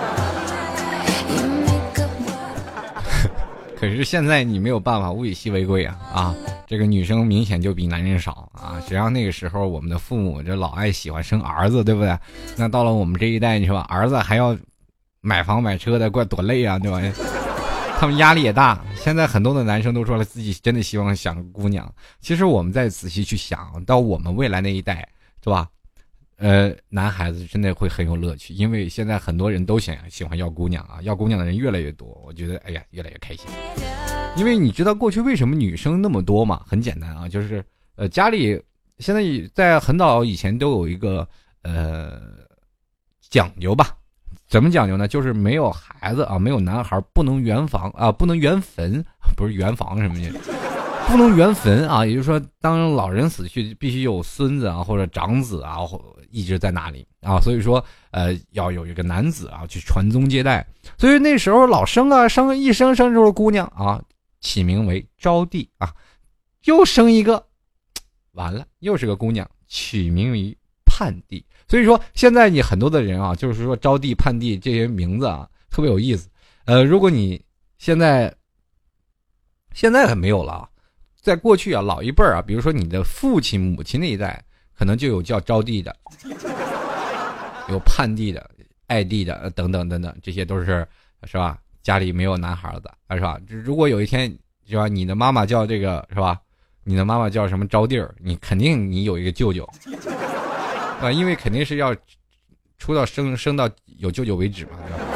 可是现在你没有办法，物以稀为贵啊啊！这个女生明显就比男人少啊。只要那个时候我们的父母这老爱喜欢生儿子，对不对？那到了我们这一代，你说吧，儿子还要买房买车的，怪多累啊，对吧？他们压力也大。现在很多的男生都说了，自己真的希望想个姑娘。其实我们再仔细去想，到我们未来那一代，是吧？呃，男孩子真的会很有乐趣，因为现在很多人都想喜欢要姑娘啊，要姑娘的人越来越多，我觉得哎呀越来越开心。因为你知道过去为什么女生那么多嘛？很简单啊，就是呃家里现在在很早以前都有一个呃讲究吧。怎么讲究呢？就是没有孩子啊，没有男孩不能圆房啊，不能圆坟，不是圆房什么的。不能圆坟啊，也就是说当老人死去必须有孙子啊或者长子啊一直在那里啊，所以说呃要有一个男子啊去传宗接代。所以那时候老生啊生一生生出姑娘啊，起名为招娣啊，又生一个完了又是个姑娘，取名为盼娣。所以说现在你很多的人啊，就是说招娣盼娣这些名字啊特别有意思。呃如果你现在现在还没有了啊，在过去啊，老一辈儿啊，比如说你的父亲、母亲那一代，可能就有叫招娣的，有盼娣的、爱娣的等等等等，这些都是是吧？家里没有男孩子，是吧？如果有一天是吧，你的妈妈叫这个是吧？你的妈妈叫什么招娣儿，你肯定你有一个舅舅，啊，因为肯定是要出到生生到有舅舅为止嘛，对吧？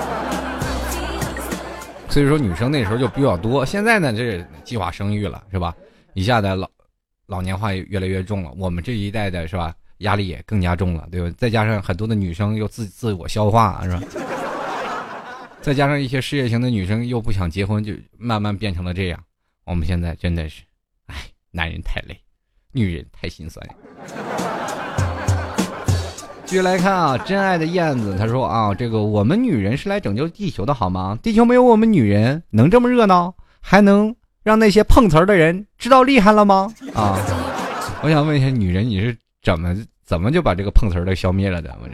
所以说女生那时候就比较多，现在呢这计划生育了，是吧？一下子老老年化也越来越重了，我们这一代的是吧，压力也更加重了，对吧？再加上很多的女生又自自我消化，是吧？再加上一些事业型的女生又不想结婚，就慢慢变成了这样。我们现在真的是，哎，男人太累，女人太心酸。继续来看啊，真爱的燕子他说啊，这个我们女人是来拯救地球的好吗？地球没有我们女人能这么热闹，还能让那些碰瓷儿的人知道厉害了吗？啊，我想问一下，女人你是怎么怎么就把这个碰瓷儿的消灭了的？我这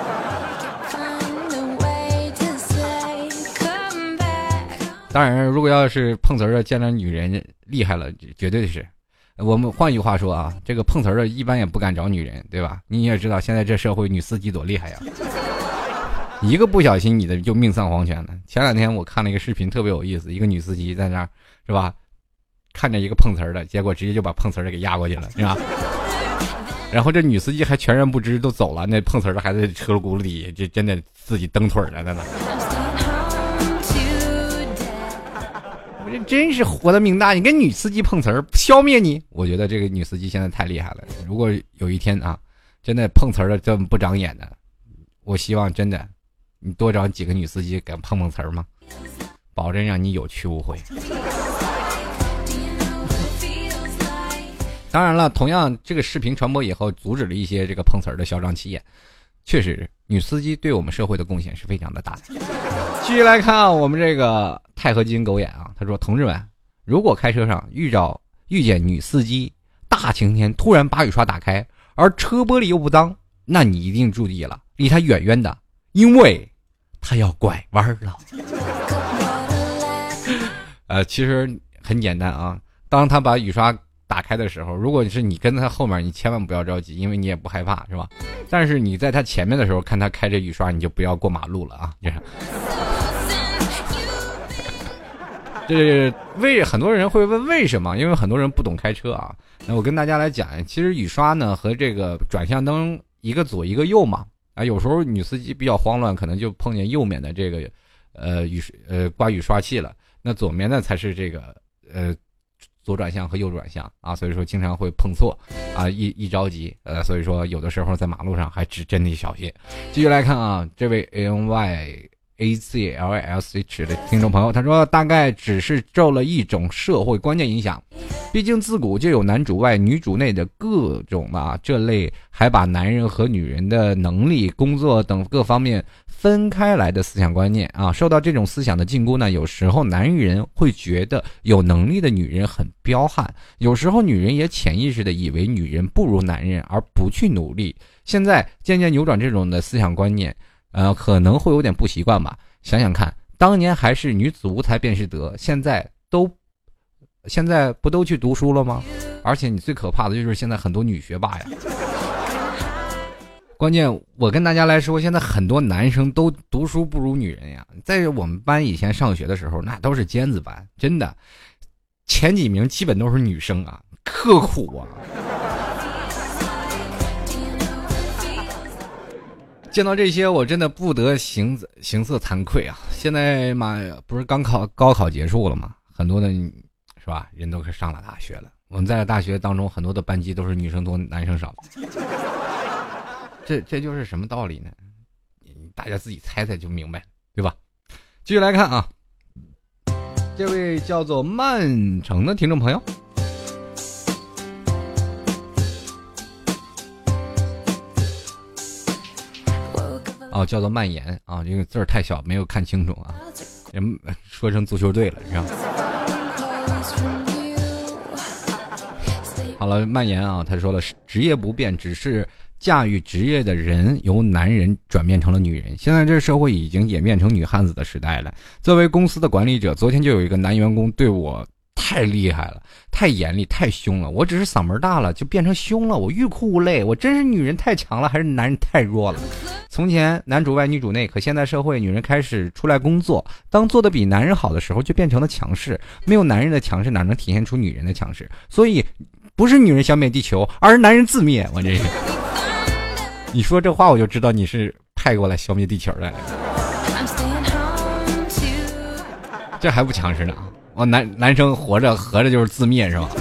当然，如果要是碰瓷儿的见了女人厉害了，绝对是。我们换句话说啊，这个碰瓷儿的一般也不敢找女人，对吧？你也知道现在这社会女司机多厉害呀，一个不小心你的就命丧黄泉了。前两天我看了一个视频特别有意思，一个女司机在那儿是吧，看着一个碰瓷儿的，结果直接就把碰瓷儿的给压过去了，是吧？然后这女司机还全然不知都走了，那碰瓷儿的还在车轱辘底下，这真的自己蹬腿了在那。这真是活的命大，你跟女司机碰瓷儿消灭你，我觉得这个女司机现在太厉害了。如果有一天啊，真的碰瓷儿的这么不长眼的，我希望真的你多找几个女司机敢碰碰瓷儿吗？保证让你有去无回。当然了，同样这个视频传播以后，阻止了一些这个碰瓷儿的嚣张气焰。确实，女司机对我们社会的贡献是非常的大的。继续来看啊，我们这个钛合金狗眼啊，他说：“同志们，如果开车上遇着遇见女司机，大晴天突然把雨刷打开，而车玻璃又不脏，那你一定注意了，离她远远的，因为她要拐弯了。”呃，其实很简单啊，当他把雨刷打开的时候，如果是你跟他后面，你千万不要着急，因为你也不害怕，是吧？但是你在他前面的时候，看他开着雨刷，你就不要过马路了啊！这为很多人会问为什么？因为很多人不懂开车啊。那我跟大家来讲，其实雨刷呢和这个转向灯一个左一个右嘛。啊，有时候女司机比较慌乱，可能就碰见右面的这个呃雨呃刮雨刷器了。那左面呢才是这个呃左转向和右转向啊，所以说经常会碰错啊，一一着急呃，所以说有的时候在马路上还只真得小心。继续来看啊，这位 A N Y A Z L S H 的听众朋友，他说大概只是受了一种社会观念影响，毕竟自古就有男主外女主内的各种啊这类还把男人和女人的能力、工作等各方面分开来的思想观念啊。受到这种思想的禁锢呢，有时候男人会觉得有能力的女人很彪悍，有时候女人也潜意识的以为女人不如男人而不去努力。现在渐渐扭转这种的思想观念，呃，可能会有点不习惯吧。想想看，当年还是女子无才便是德，现在都，现在不都去读书了吗？而且你最可怕的就是现在很多女学霸呀。关键我跟大家来说，现在很多男生都读书不如女人呀。在我们班以前上学的时候，那都是尖子班，真的，前几名基本都是女生啊，刻苦啊。见到这些我真的不得行行色惭愧啊！现在嘛，不是刚考高考结束了吗？很多的是吧人都上了大学了，我们在大学当中很多的班级都是女生多男生少，这这就是什么道理呢？大家自己猜猜就明白，对吧？继续来看啊，这位叫做曼城的听众朋友，哦，叫做蔓延啊，这个字儿太小，没有看清楚啊，人说成足球队了，是吧？好了，蔓延啊，他说了，职业不变，只是驾驭职业的人由男人转变成了女人。现在这社会已经演变成女汉子的时代了。作为公司的管理者，昨天就有一个男员工对我太厉害了，太严厉，太凶了。我只是嗓门大了，就变成凶了。我欲哭无泪。我真是女人太强了，还是男人太弱了？从前男主外女主内，可现在社会女人开始出来工作，当做的比男人好的时候，就变成了强势。没有男人的强势，哪能体现出女人的强势？所以不是女人消灭地球，而是男人自灭。我这是，你说这话我就知道你是派过来消灭地球的，这还不强势呢？哦，男男生活着合着就是自灭是吧？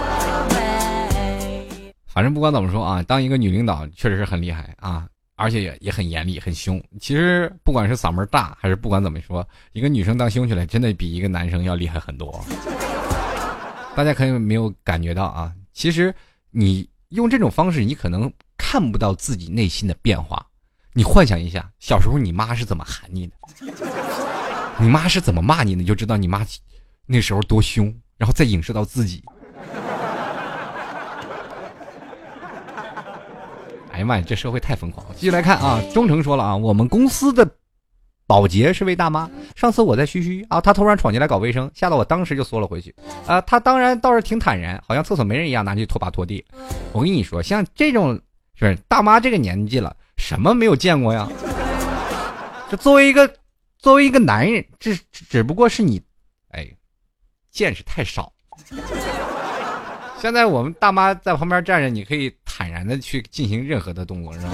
反正不管怎么说啊，当一个女领导确实是很厉害啊，而且也也很严厉很凶。其实不管是嗓门大还是不管怎么说，一个女生当凶起来真的比一个男生要厉害很多。大家可能没有感觉到啊，其实你用这种方式你可能看不到自己内心的变化。你幻想一下，小时候你妈是怎么喊你的，你妈是怎么骂你的，你就知道你妈那时候多凶，然后再影射到自己。哎呀妈呀，这社会太疯狂了。继续来看啊，忠诚说了啊，我们公司的保洁是位大妈，上次我在嘘嘘啊，她突然闯进来搞卫生，吓得我当时就缩了回去啊。她当然倒是挺坦然，好像厕所没人一样，拿去拖把拖地。我跟你说，像这种是大妈这个年纪了，什么没有见过呀？这作为一个作为一个男人，这只不过是你哎见识太少。现在我们大妈在旁边站着，你可以坦然的去进行任何的动作，是吧？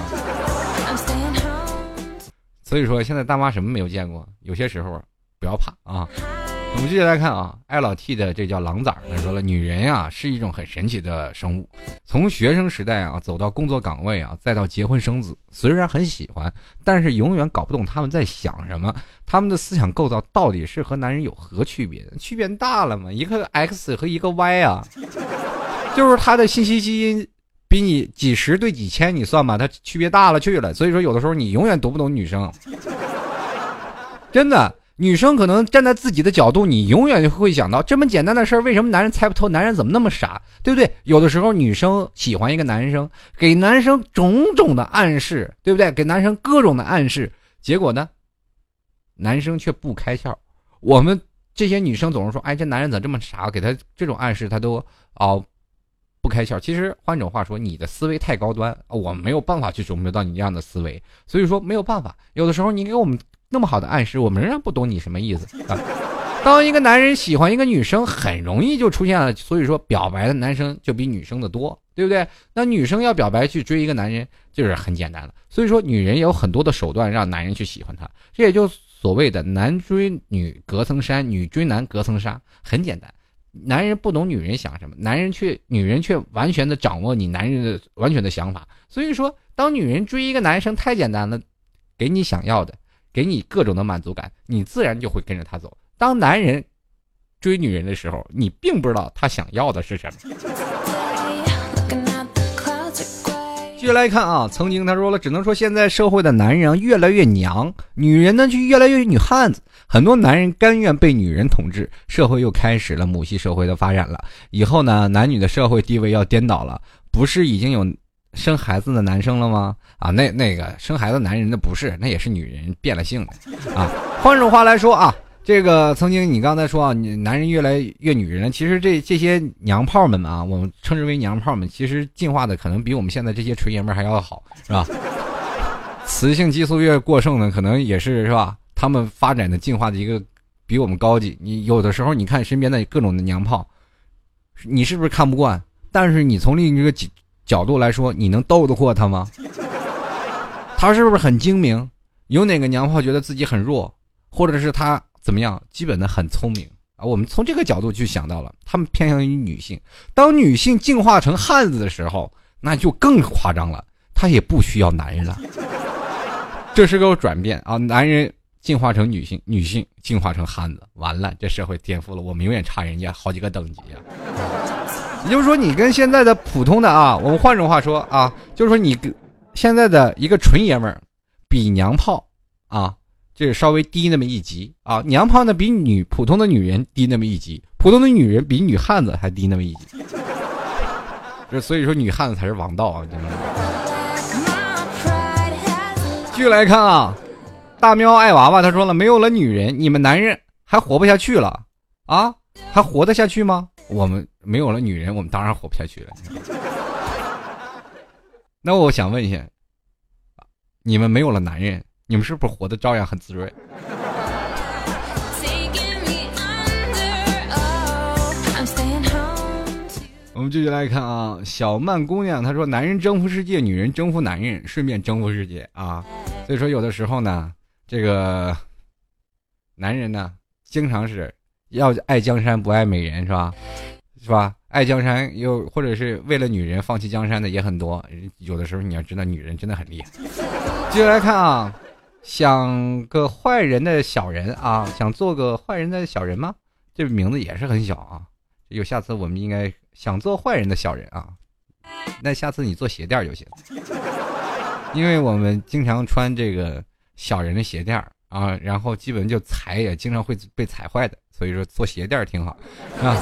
所以说现在大妈什么没有见过，有些时候不要怕啊。我们继续来看啊，爱老 T 的这叫狼崽，他说了，女人呀、啊、是一种很神奇的生物，从学生时代啊走到工作岗位啊，再到结婚生子，虽然很喜欢，但是永远搞不懂他们在想什么，他们的思想构造到底是和男人有何区别？区别大了吗？一个 X 和一个 Y 啊，就是他的信息基因比你几十对几千，你算吧，它区别大了去了。所以说有的时候你永远读不懂女生，真的。女生可能站在自己的角度，你永远会想到这么简单的事儿，为什么男人猜不透？男人怎么那么傻，对不对？有的时候女生喜欢一个男生，给男生种种的暗示，对不对？给男生各种的暗示，结果呢，男生却不开窍。我们这些女生总是说，哎，这男人怎么这么傻？给他这种暗示，他都哦不开窍。其实换种话说，你的思维太高端，我没有办法去琢磨到你这样的思维，所以说没有办法。有的时候你给我们那么好的暗示，我们仍然不懂你什么意思啊。当一个男人喜欢一个女生，很容易就出现了，所以说表白的男生就比女生的多，对不对？那女生要表白去追一个男人，就是很简单了。所以说女人有很多的手段让男人去喜欢她，这也就所谓的男追女隔层山，女追男隔层纱，很简单。男人不懂女人想什么，男人却女人却完全的掌握你男人的完全的想法。所以说当女人追一个男生太简单了，给你想要的，给你各种的满足感，你自然就会跟着他走。当男人追女人的时候，你并不知道他想要的是什么。继续来看啊，曾经他说了，只能说现在社会的男人越来越娘，女人呢就越来越女汉子，很多男人甘愿被女人统治，社会又开始了母系社会的发展了。以后呢，男女的社会地位要颠倒了，不是已经有生孩子的男生了吗？啊，那那个生孩子的男人那不是，那也是女人变了性的啊。换种话来说啊，这个曾经你刚才说啊，你男人越来越女人，其实这这些娘炮们啊，我们称之为娘炮们，其实进化的可能比我们现在这些纯爷们还要好，是吧？雌性激素越过剩呢，可能也是是吧？他们发展的进化的一个比我们高级。你有的时候你看身边的各种的娘炮，你是不是看不惯？但是你从另一个角度来说，你能斗得过他吗？他是不是很精明？有哪个娘炮觉得自己很弱，或者是他怎么样？基本的很聪明啊。我们从这个角度去想到了，他们偏向于女性。当女性进化成汉子的时候，那就更夸张了，她也不需要男人了。这是个转变啊！男人进化成女性，女性进化成汉子，完了，这社会颠覆了，我们永远差人家好几个等级啊！也就是说，你跟现在的普通的啊，我们换种话说啊，就是说你现在的一个纯爷们儿，比娘炮啊，这稍微低那么一级啊，娘炮呢比女普通的女人低那么一级，普通的女人比女汉子还低那么一级。这所以说女汉子才是王道啊！真的。继续来看啊，大喵爱娃娃他说了，没有了女人，你们男人还活不下去了啊？还活得下去吗？我们没有了女人，我们当然活不下去了。那我想问一下，你们没有了男人，你们是不是活得照样很滋润？我们继续来看啊，小曼姑娘她说，男人征服世界，女人征服男人，顺便征服世界啊。所以说有的时候呢，这个男人呢经常是要爱江山不爱美人，是吧？是吧？爱江山又或者是为了女人放弃江山的也很多。有的时候你要知道，女人真的很厉害。接着来看啊，想个坏人的小人啊，想做个坏人的小人吗？这名字也是很小啊。有下次我们应该想做坏人的小人啊，那下次你做鞋垫就行，因为我们经常穿这个小人的鞋垫啊，然后基本就踩也经常会被踩坏的，所以说做鞋垫挺好啊。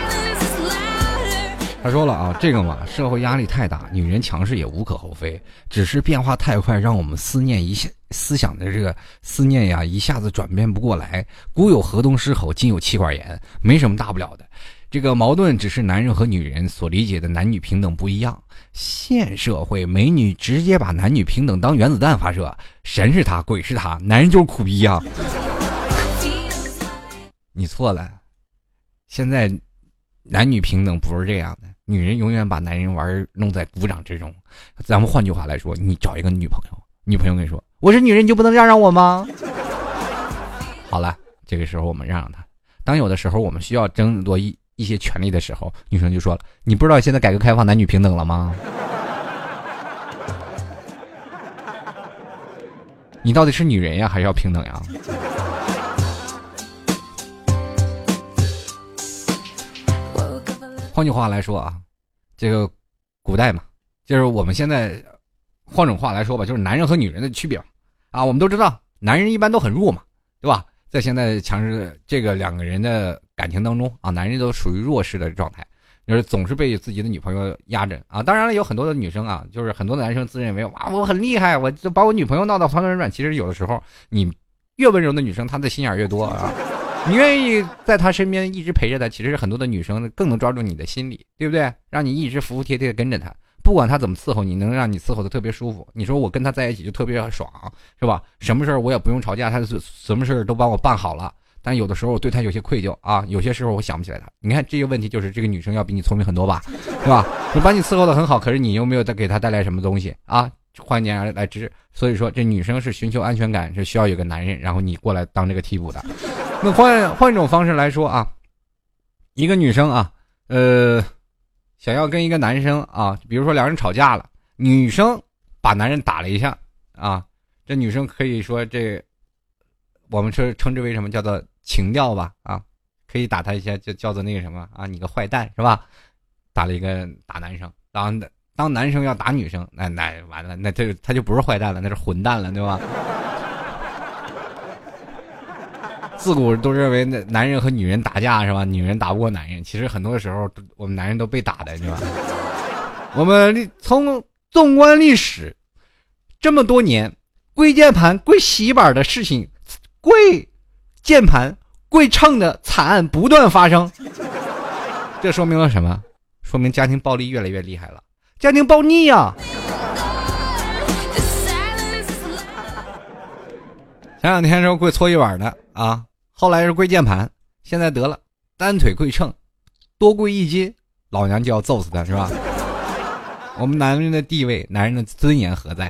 他说了啊，这个嘛，社会压力太大，女人强势也无可厚非，只是变化太快，让我们思念一下思想的这个思念呀，一下子转变不过来。古有河东狮吼，今有气管炎，没什么大不了的。这个矛盾只是男人和女人所理解的男女平等不一样。现社会美女直接把男女平等当原子弹发射，神是他，鬼是他，男人就是苦逼呀！你错了，现在男女平等不是这样的，女人永远把男人玩弄在鼓掌之中。咱们换句话来说，你找一个女朋友，女朋友跟你说我是女人，你就不能让让我吗？好了，这个时候我们让让她。当有的时候我们需要争夺一一些权利的时候，女生就说了，你不知道现在改革开放男女平等了吗？你到底是女人呀还是要平等呀？换句话来说啊，这个古代嘛，就是我们现在换种话来说吧，就是男人和女人的区别啊。我们都知道男人一般都很弱嘛，对吧？在现在强势这个两个人的感情当中啊，男人都属于弱势的状态，就是总是被自己的女朋友压着啊。当然了，有很多的女生啊，就是很多的男生自认为哇我很厉害，我就把我女朋友闹到团团转。其实有的时候你越温柔的女生，她的心眼越多啊。 你愿意在他身边一直陪着他，其实很多的女生更能抓住你的心理，对不对？让你一直服服帖帖的跟着他，不管他怎么伺候你，能让你伺候的特别舒服。你说我跟他在一起就特别爽，是吧？什么事儿我也不用吵架，他什么事儿都帮我办好了。但有的时候我对他有些愧疚啊，有些时候我想不起来他。你看这个问题就是这个女生要比你聪明很多吧，对吧？你把你伺候的很好，可是你又没有再给他带来什么东西啊？换言而来之，所以说这女生是寻求安全感，是需要有个男人，然后你过来当这个替补的。那换换一种方式来说啊，一个女生啊，呃，想要跟一个男生啊，比如说两人吵架了，女生把男人打了一下啊，这女生可以说这我们说称之为什么叫做情调吧啊，可以打他一下就叫做那个什么啊，你个坏蛋是吧？打了一个打男生，当当男生要打女生，那那完了，那这他就不是坏蛋了，那是混蛋了，对吧？自古都认为男人和女人打架是吧？女人打不过男人，其实很多时候我们男人都被打的，对吧？我们从纵观历史这么多年，跪键盘、跪洗板的事情，跪键盘、跪秤的惨案不断发生，这说明了什么？说明家庭暴力越来越厉害了。家庭暴力呀、啊！前两天时候跪搓衣板的啊，后来是跪键盘，现在得了单腿跪秤，多跪一斤，老娘就要揍死他，是吧？我们男人的地位，男人的尊严何在？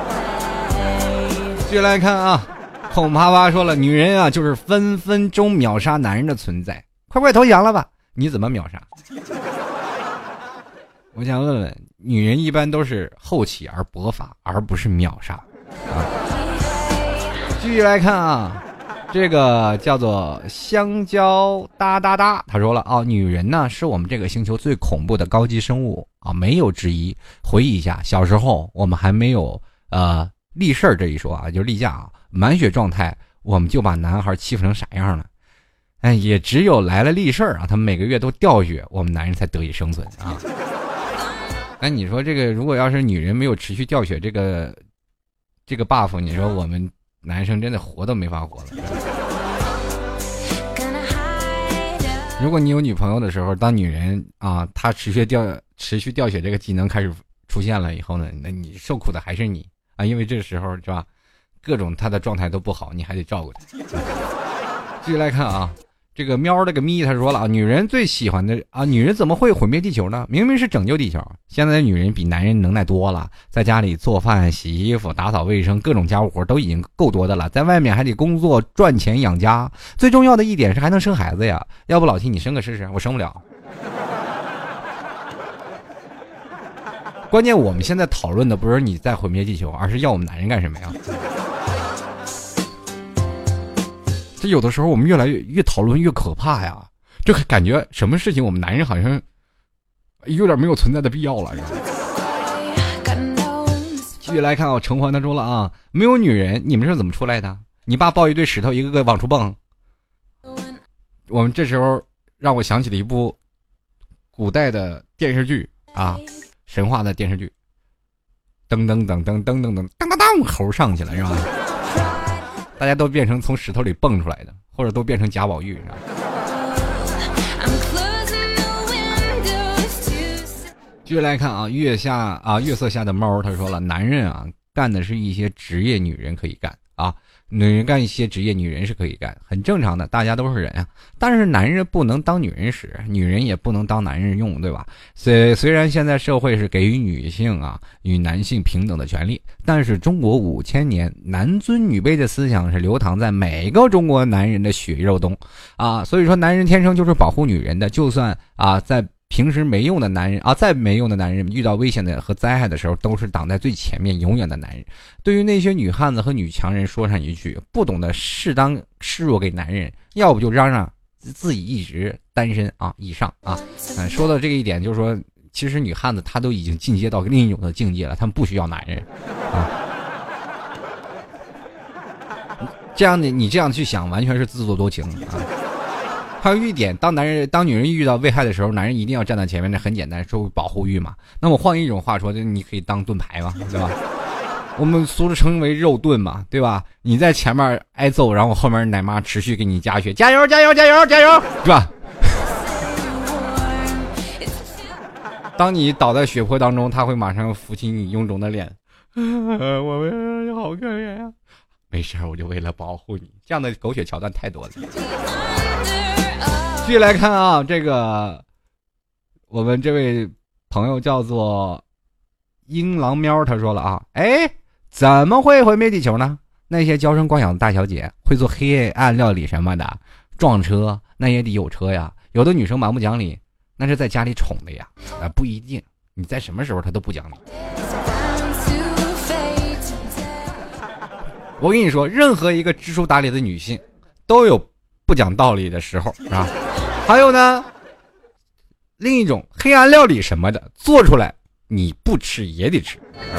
继续来看啊，孔啪啪说了，女人啊就是分分钟秒杀男人的存在，快快投降了吧？你怎么秒杀？我想问问，女人一般都是后起而薄发，而不是秒杀啊。继续来看啊，这个叫做香蕉哒哒哒，他说了啊，女人呢是我们这个星球最恐怖的高级生物啊，没有之一。回忆一下，小时候我们还没有呃立事儿这一说啊，就例假啊，满血状态，我们就把男孩欺负成啥样了？哎，也只有来了立事儿啊，他们每个月都掉血，我们男人才得以生存啊。那你说这个，如果要是女人没有持续掉血这个这个 buff， 你说我们男生真的活都没法活了。如果你有女朋友的时候，当女人啊，她持续掉持续掉血这个技能开始出现了以后呢，那你受苦的还是你啊，因为这时候是吧，各种她的状态都不好，你还得照顾她。继续来看啊。这个喵这个咪他说了啊，女人最喜欢的啊，女人怎么会毁灭地球呢？明明是拯救地球。现在的女人比男人能耐多了，在家里做饭、洗衣服、打扫卫生，各种家务活都已经够多的了，在外面还得工作赚钱养家。最重要的一点是还能生孩子呀，要不老 T 你生个试试？我生不了。关键我们现在讨论的不是你在毁灭地球，而是要我们男人干什么呀？这有的时候我们越来越越讨论越可怕呀，就感觉什么事情我们男人好像有点没有存在的必要了。继续来看啊，城环他说了啊，没有女人你们是怎么出来的？你爸抱一堆石头一个个往出蹦。我们这时候让我想起了一部古代的电视剧啊，神话的电视剧，噔噔噔噔噔噔噔当当当，猴上去了是吧？大家都变成从石头里蹦出来的，或者都变成贾宝玉。继续来看啊，月下啊，月色下的猫他说了，男人啊干的是一些职业女人可以干啊，女人干一些职业女人是可以干，很正常的，大家都是人啊。但是男人不能当女人使，女人也不能当男人用，对吧？虽虽然现在社会是给予女性啊与男性平等的权利，但是中国五千年男尊女卑的思想是流淌在每个中国男人的血肉中啊，所以说男人天生就是保护女人的，就算啊在平时没用的男人啊，再没用的男人遇到危险的和灾害的时候，都是挡在最前面永远的男人。对于那些女汉子和女强人说上一句，不懂得适当示弱给男人，要不就嚷嚷自己一直单身啊以上啊。嗯，说到这个一点，就是说其实女汉子她都已经进阶到另一种的境界了，她们不需要男人啊。这样的你这样去想，完全是自作多情啊。还有一点，当男人当女人遇到危害的时候，男人一定要站在前面，这很简单，说保护欲嘛。那么换一种话说，就你可以当盾牌嘛，对吧？ 我们俗称为肉盾嘛，对吧？你在前面挨揍，然后后面奶妈持续给你加血，加油加油加油加油，是吧？当你倒在血泊当中，他会马上扶起你臃肿的脸，我们好可怜呀、啊！没事，我就为了保护你。这样的狗血桥段太多了。继续来看啊，这个我们这位朋友叫做英狼喵，他说了啊，哎，怎么会毁灭地球呢？那些娇生惯养的大小姐会做黑暗料理什么的，撞车那也得有车呀。有的女生蛮不讲理，那是在家里宠的呀，啊、呃，不一定，你在什么时候她都不讲理。我跟你说，任何一个知书达理的女性都有不讲道理的时候，是吧？还有呢，另一种黑暗料理什么的做出来你不吃也得吃，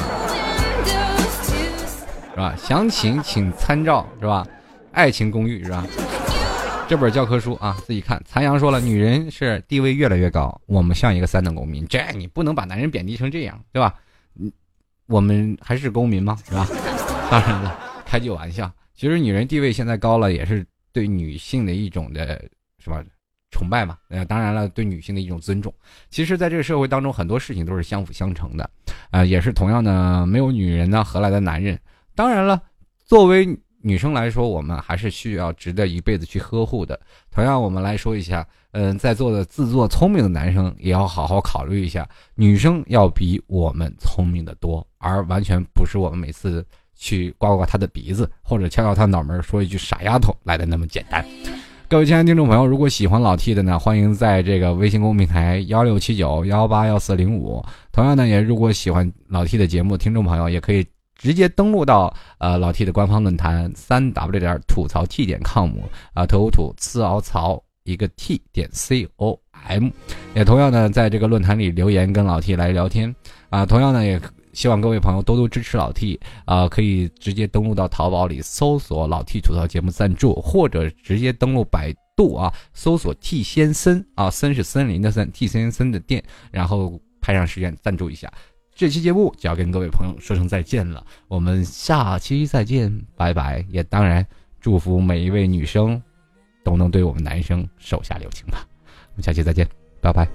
是吧？详情请参照，是吧？爱情公寓，是吧？这本教科书啊，自己看。残阳说了，女人是地位越来越高，我们像一个三等公民，这你不能把男人贬低成这样，对吧？我们还是公民吗？是吧？当然了，开句玩笑。其实女人地位现在高了，也是对女性的一种的什么崇拜嘛，呃，当然了，对女性的一种尊重。其实在这个社会当中，很多事情都是相辅相成的，啊、呃，也是同样的，没有女人呢，何来的男人？当然了，作为女生来说，我们还是需要值得一辈子去呵护的。同样，我们来说一下，嗯、呃，在座的自作聪明的男生也要好好考虑一下，女生要比我们聪明的多，而完全不是我们每次去刮刮她的鼻子或者敲敲她脑门说一句傻丫头来的那么简单。各位亲爱的听众朋友，如果喜欢老 T 的呢，欢迎在这个微信公众平台幺六七九幺八幺四零五。同样呢，也如果喜欢老 T 的节目，听众朋友也可以直接登录到呃老 T 的官方论坛三 w 点吐槽 T 点 com 啊，吐吐呲凹槽一个 T 点 C O M， 也同样呢在这个论坛里留言跟老 T 来聊天啊。同样呢也希望各位朋友多多支持老 T 啊、呃，可以直接登录到淘宝里搜索老 T 吐槽节目赞助，或者直接登录百度啊，搜索 T 先生啊，森是森林的森 ，T 先生的店，然后拍上时间赞助一下。这期节目就要跟各位朋友说声再见了，我们下期再见，拜拜。也当然祝福每一位女生都能对我们男生手下留情吧。我们下期再见，拜拜。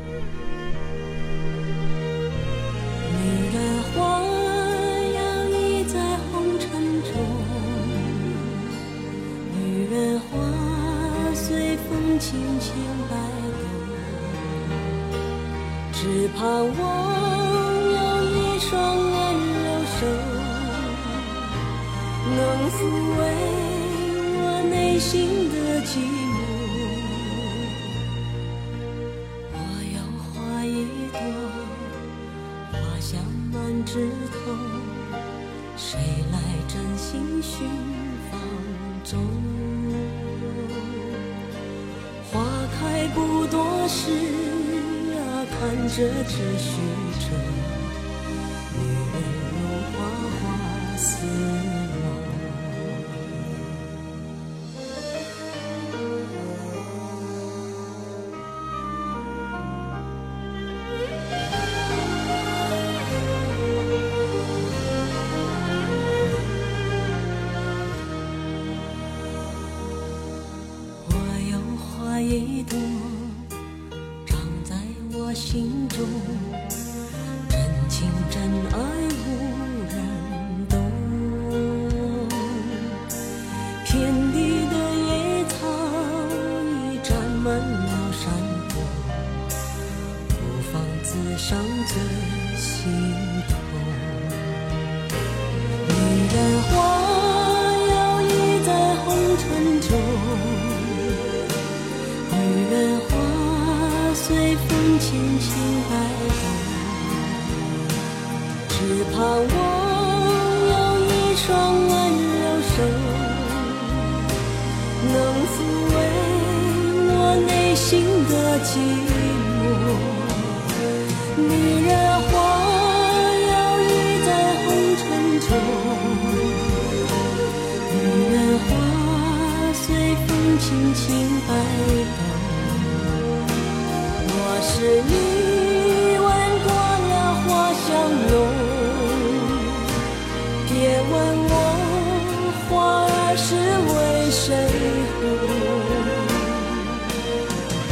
轻轻摆动，只盼望有一双温柔手，能抚慰我内心的寂寞。我要画一朵花香满枝头，谁来真心寻芳踪？花开不多时啊，看着只虚着，女人如花花似梦。一朵长在我心中，真情真爱无人懂。遍地的野草已占满了山坡，不妨自伤最心痛。女人花摇曳在红尘中，女人花随风轻轻摆动，只盼望有一双温柔手，能抚慰我内心的寂寞。女人花摇曳在红尘中，女人花随风轻轻摆动。我是你闻过了花香浓， 谁护？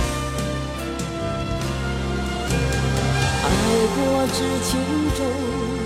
爱过知情重。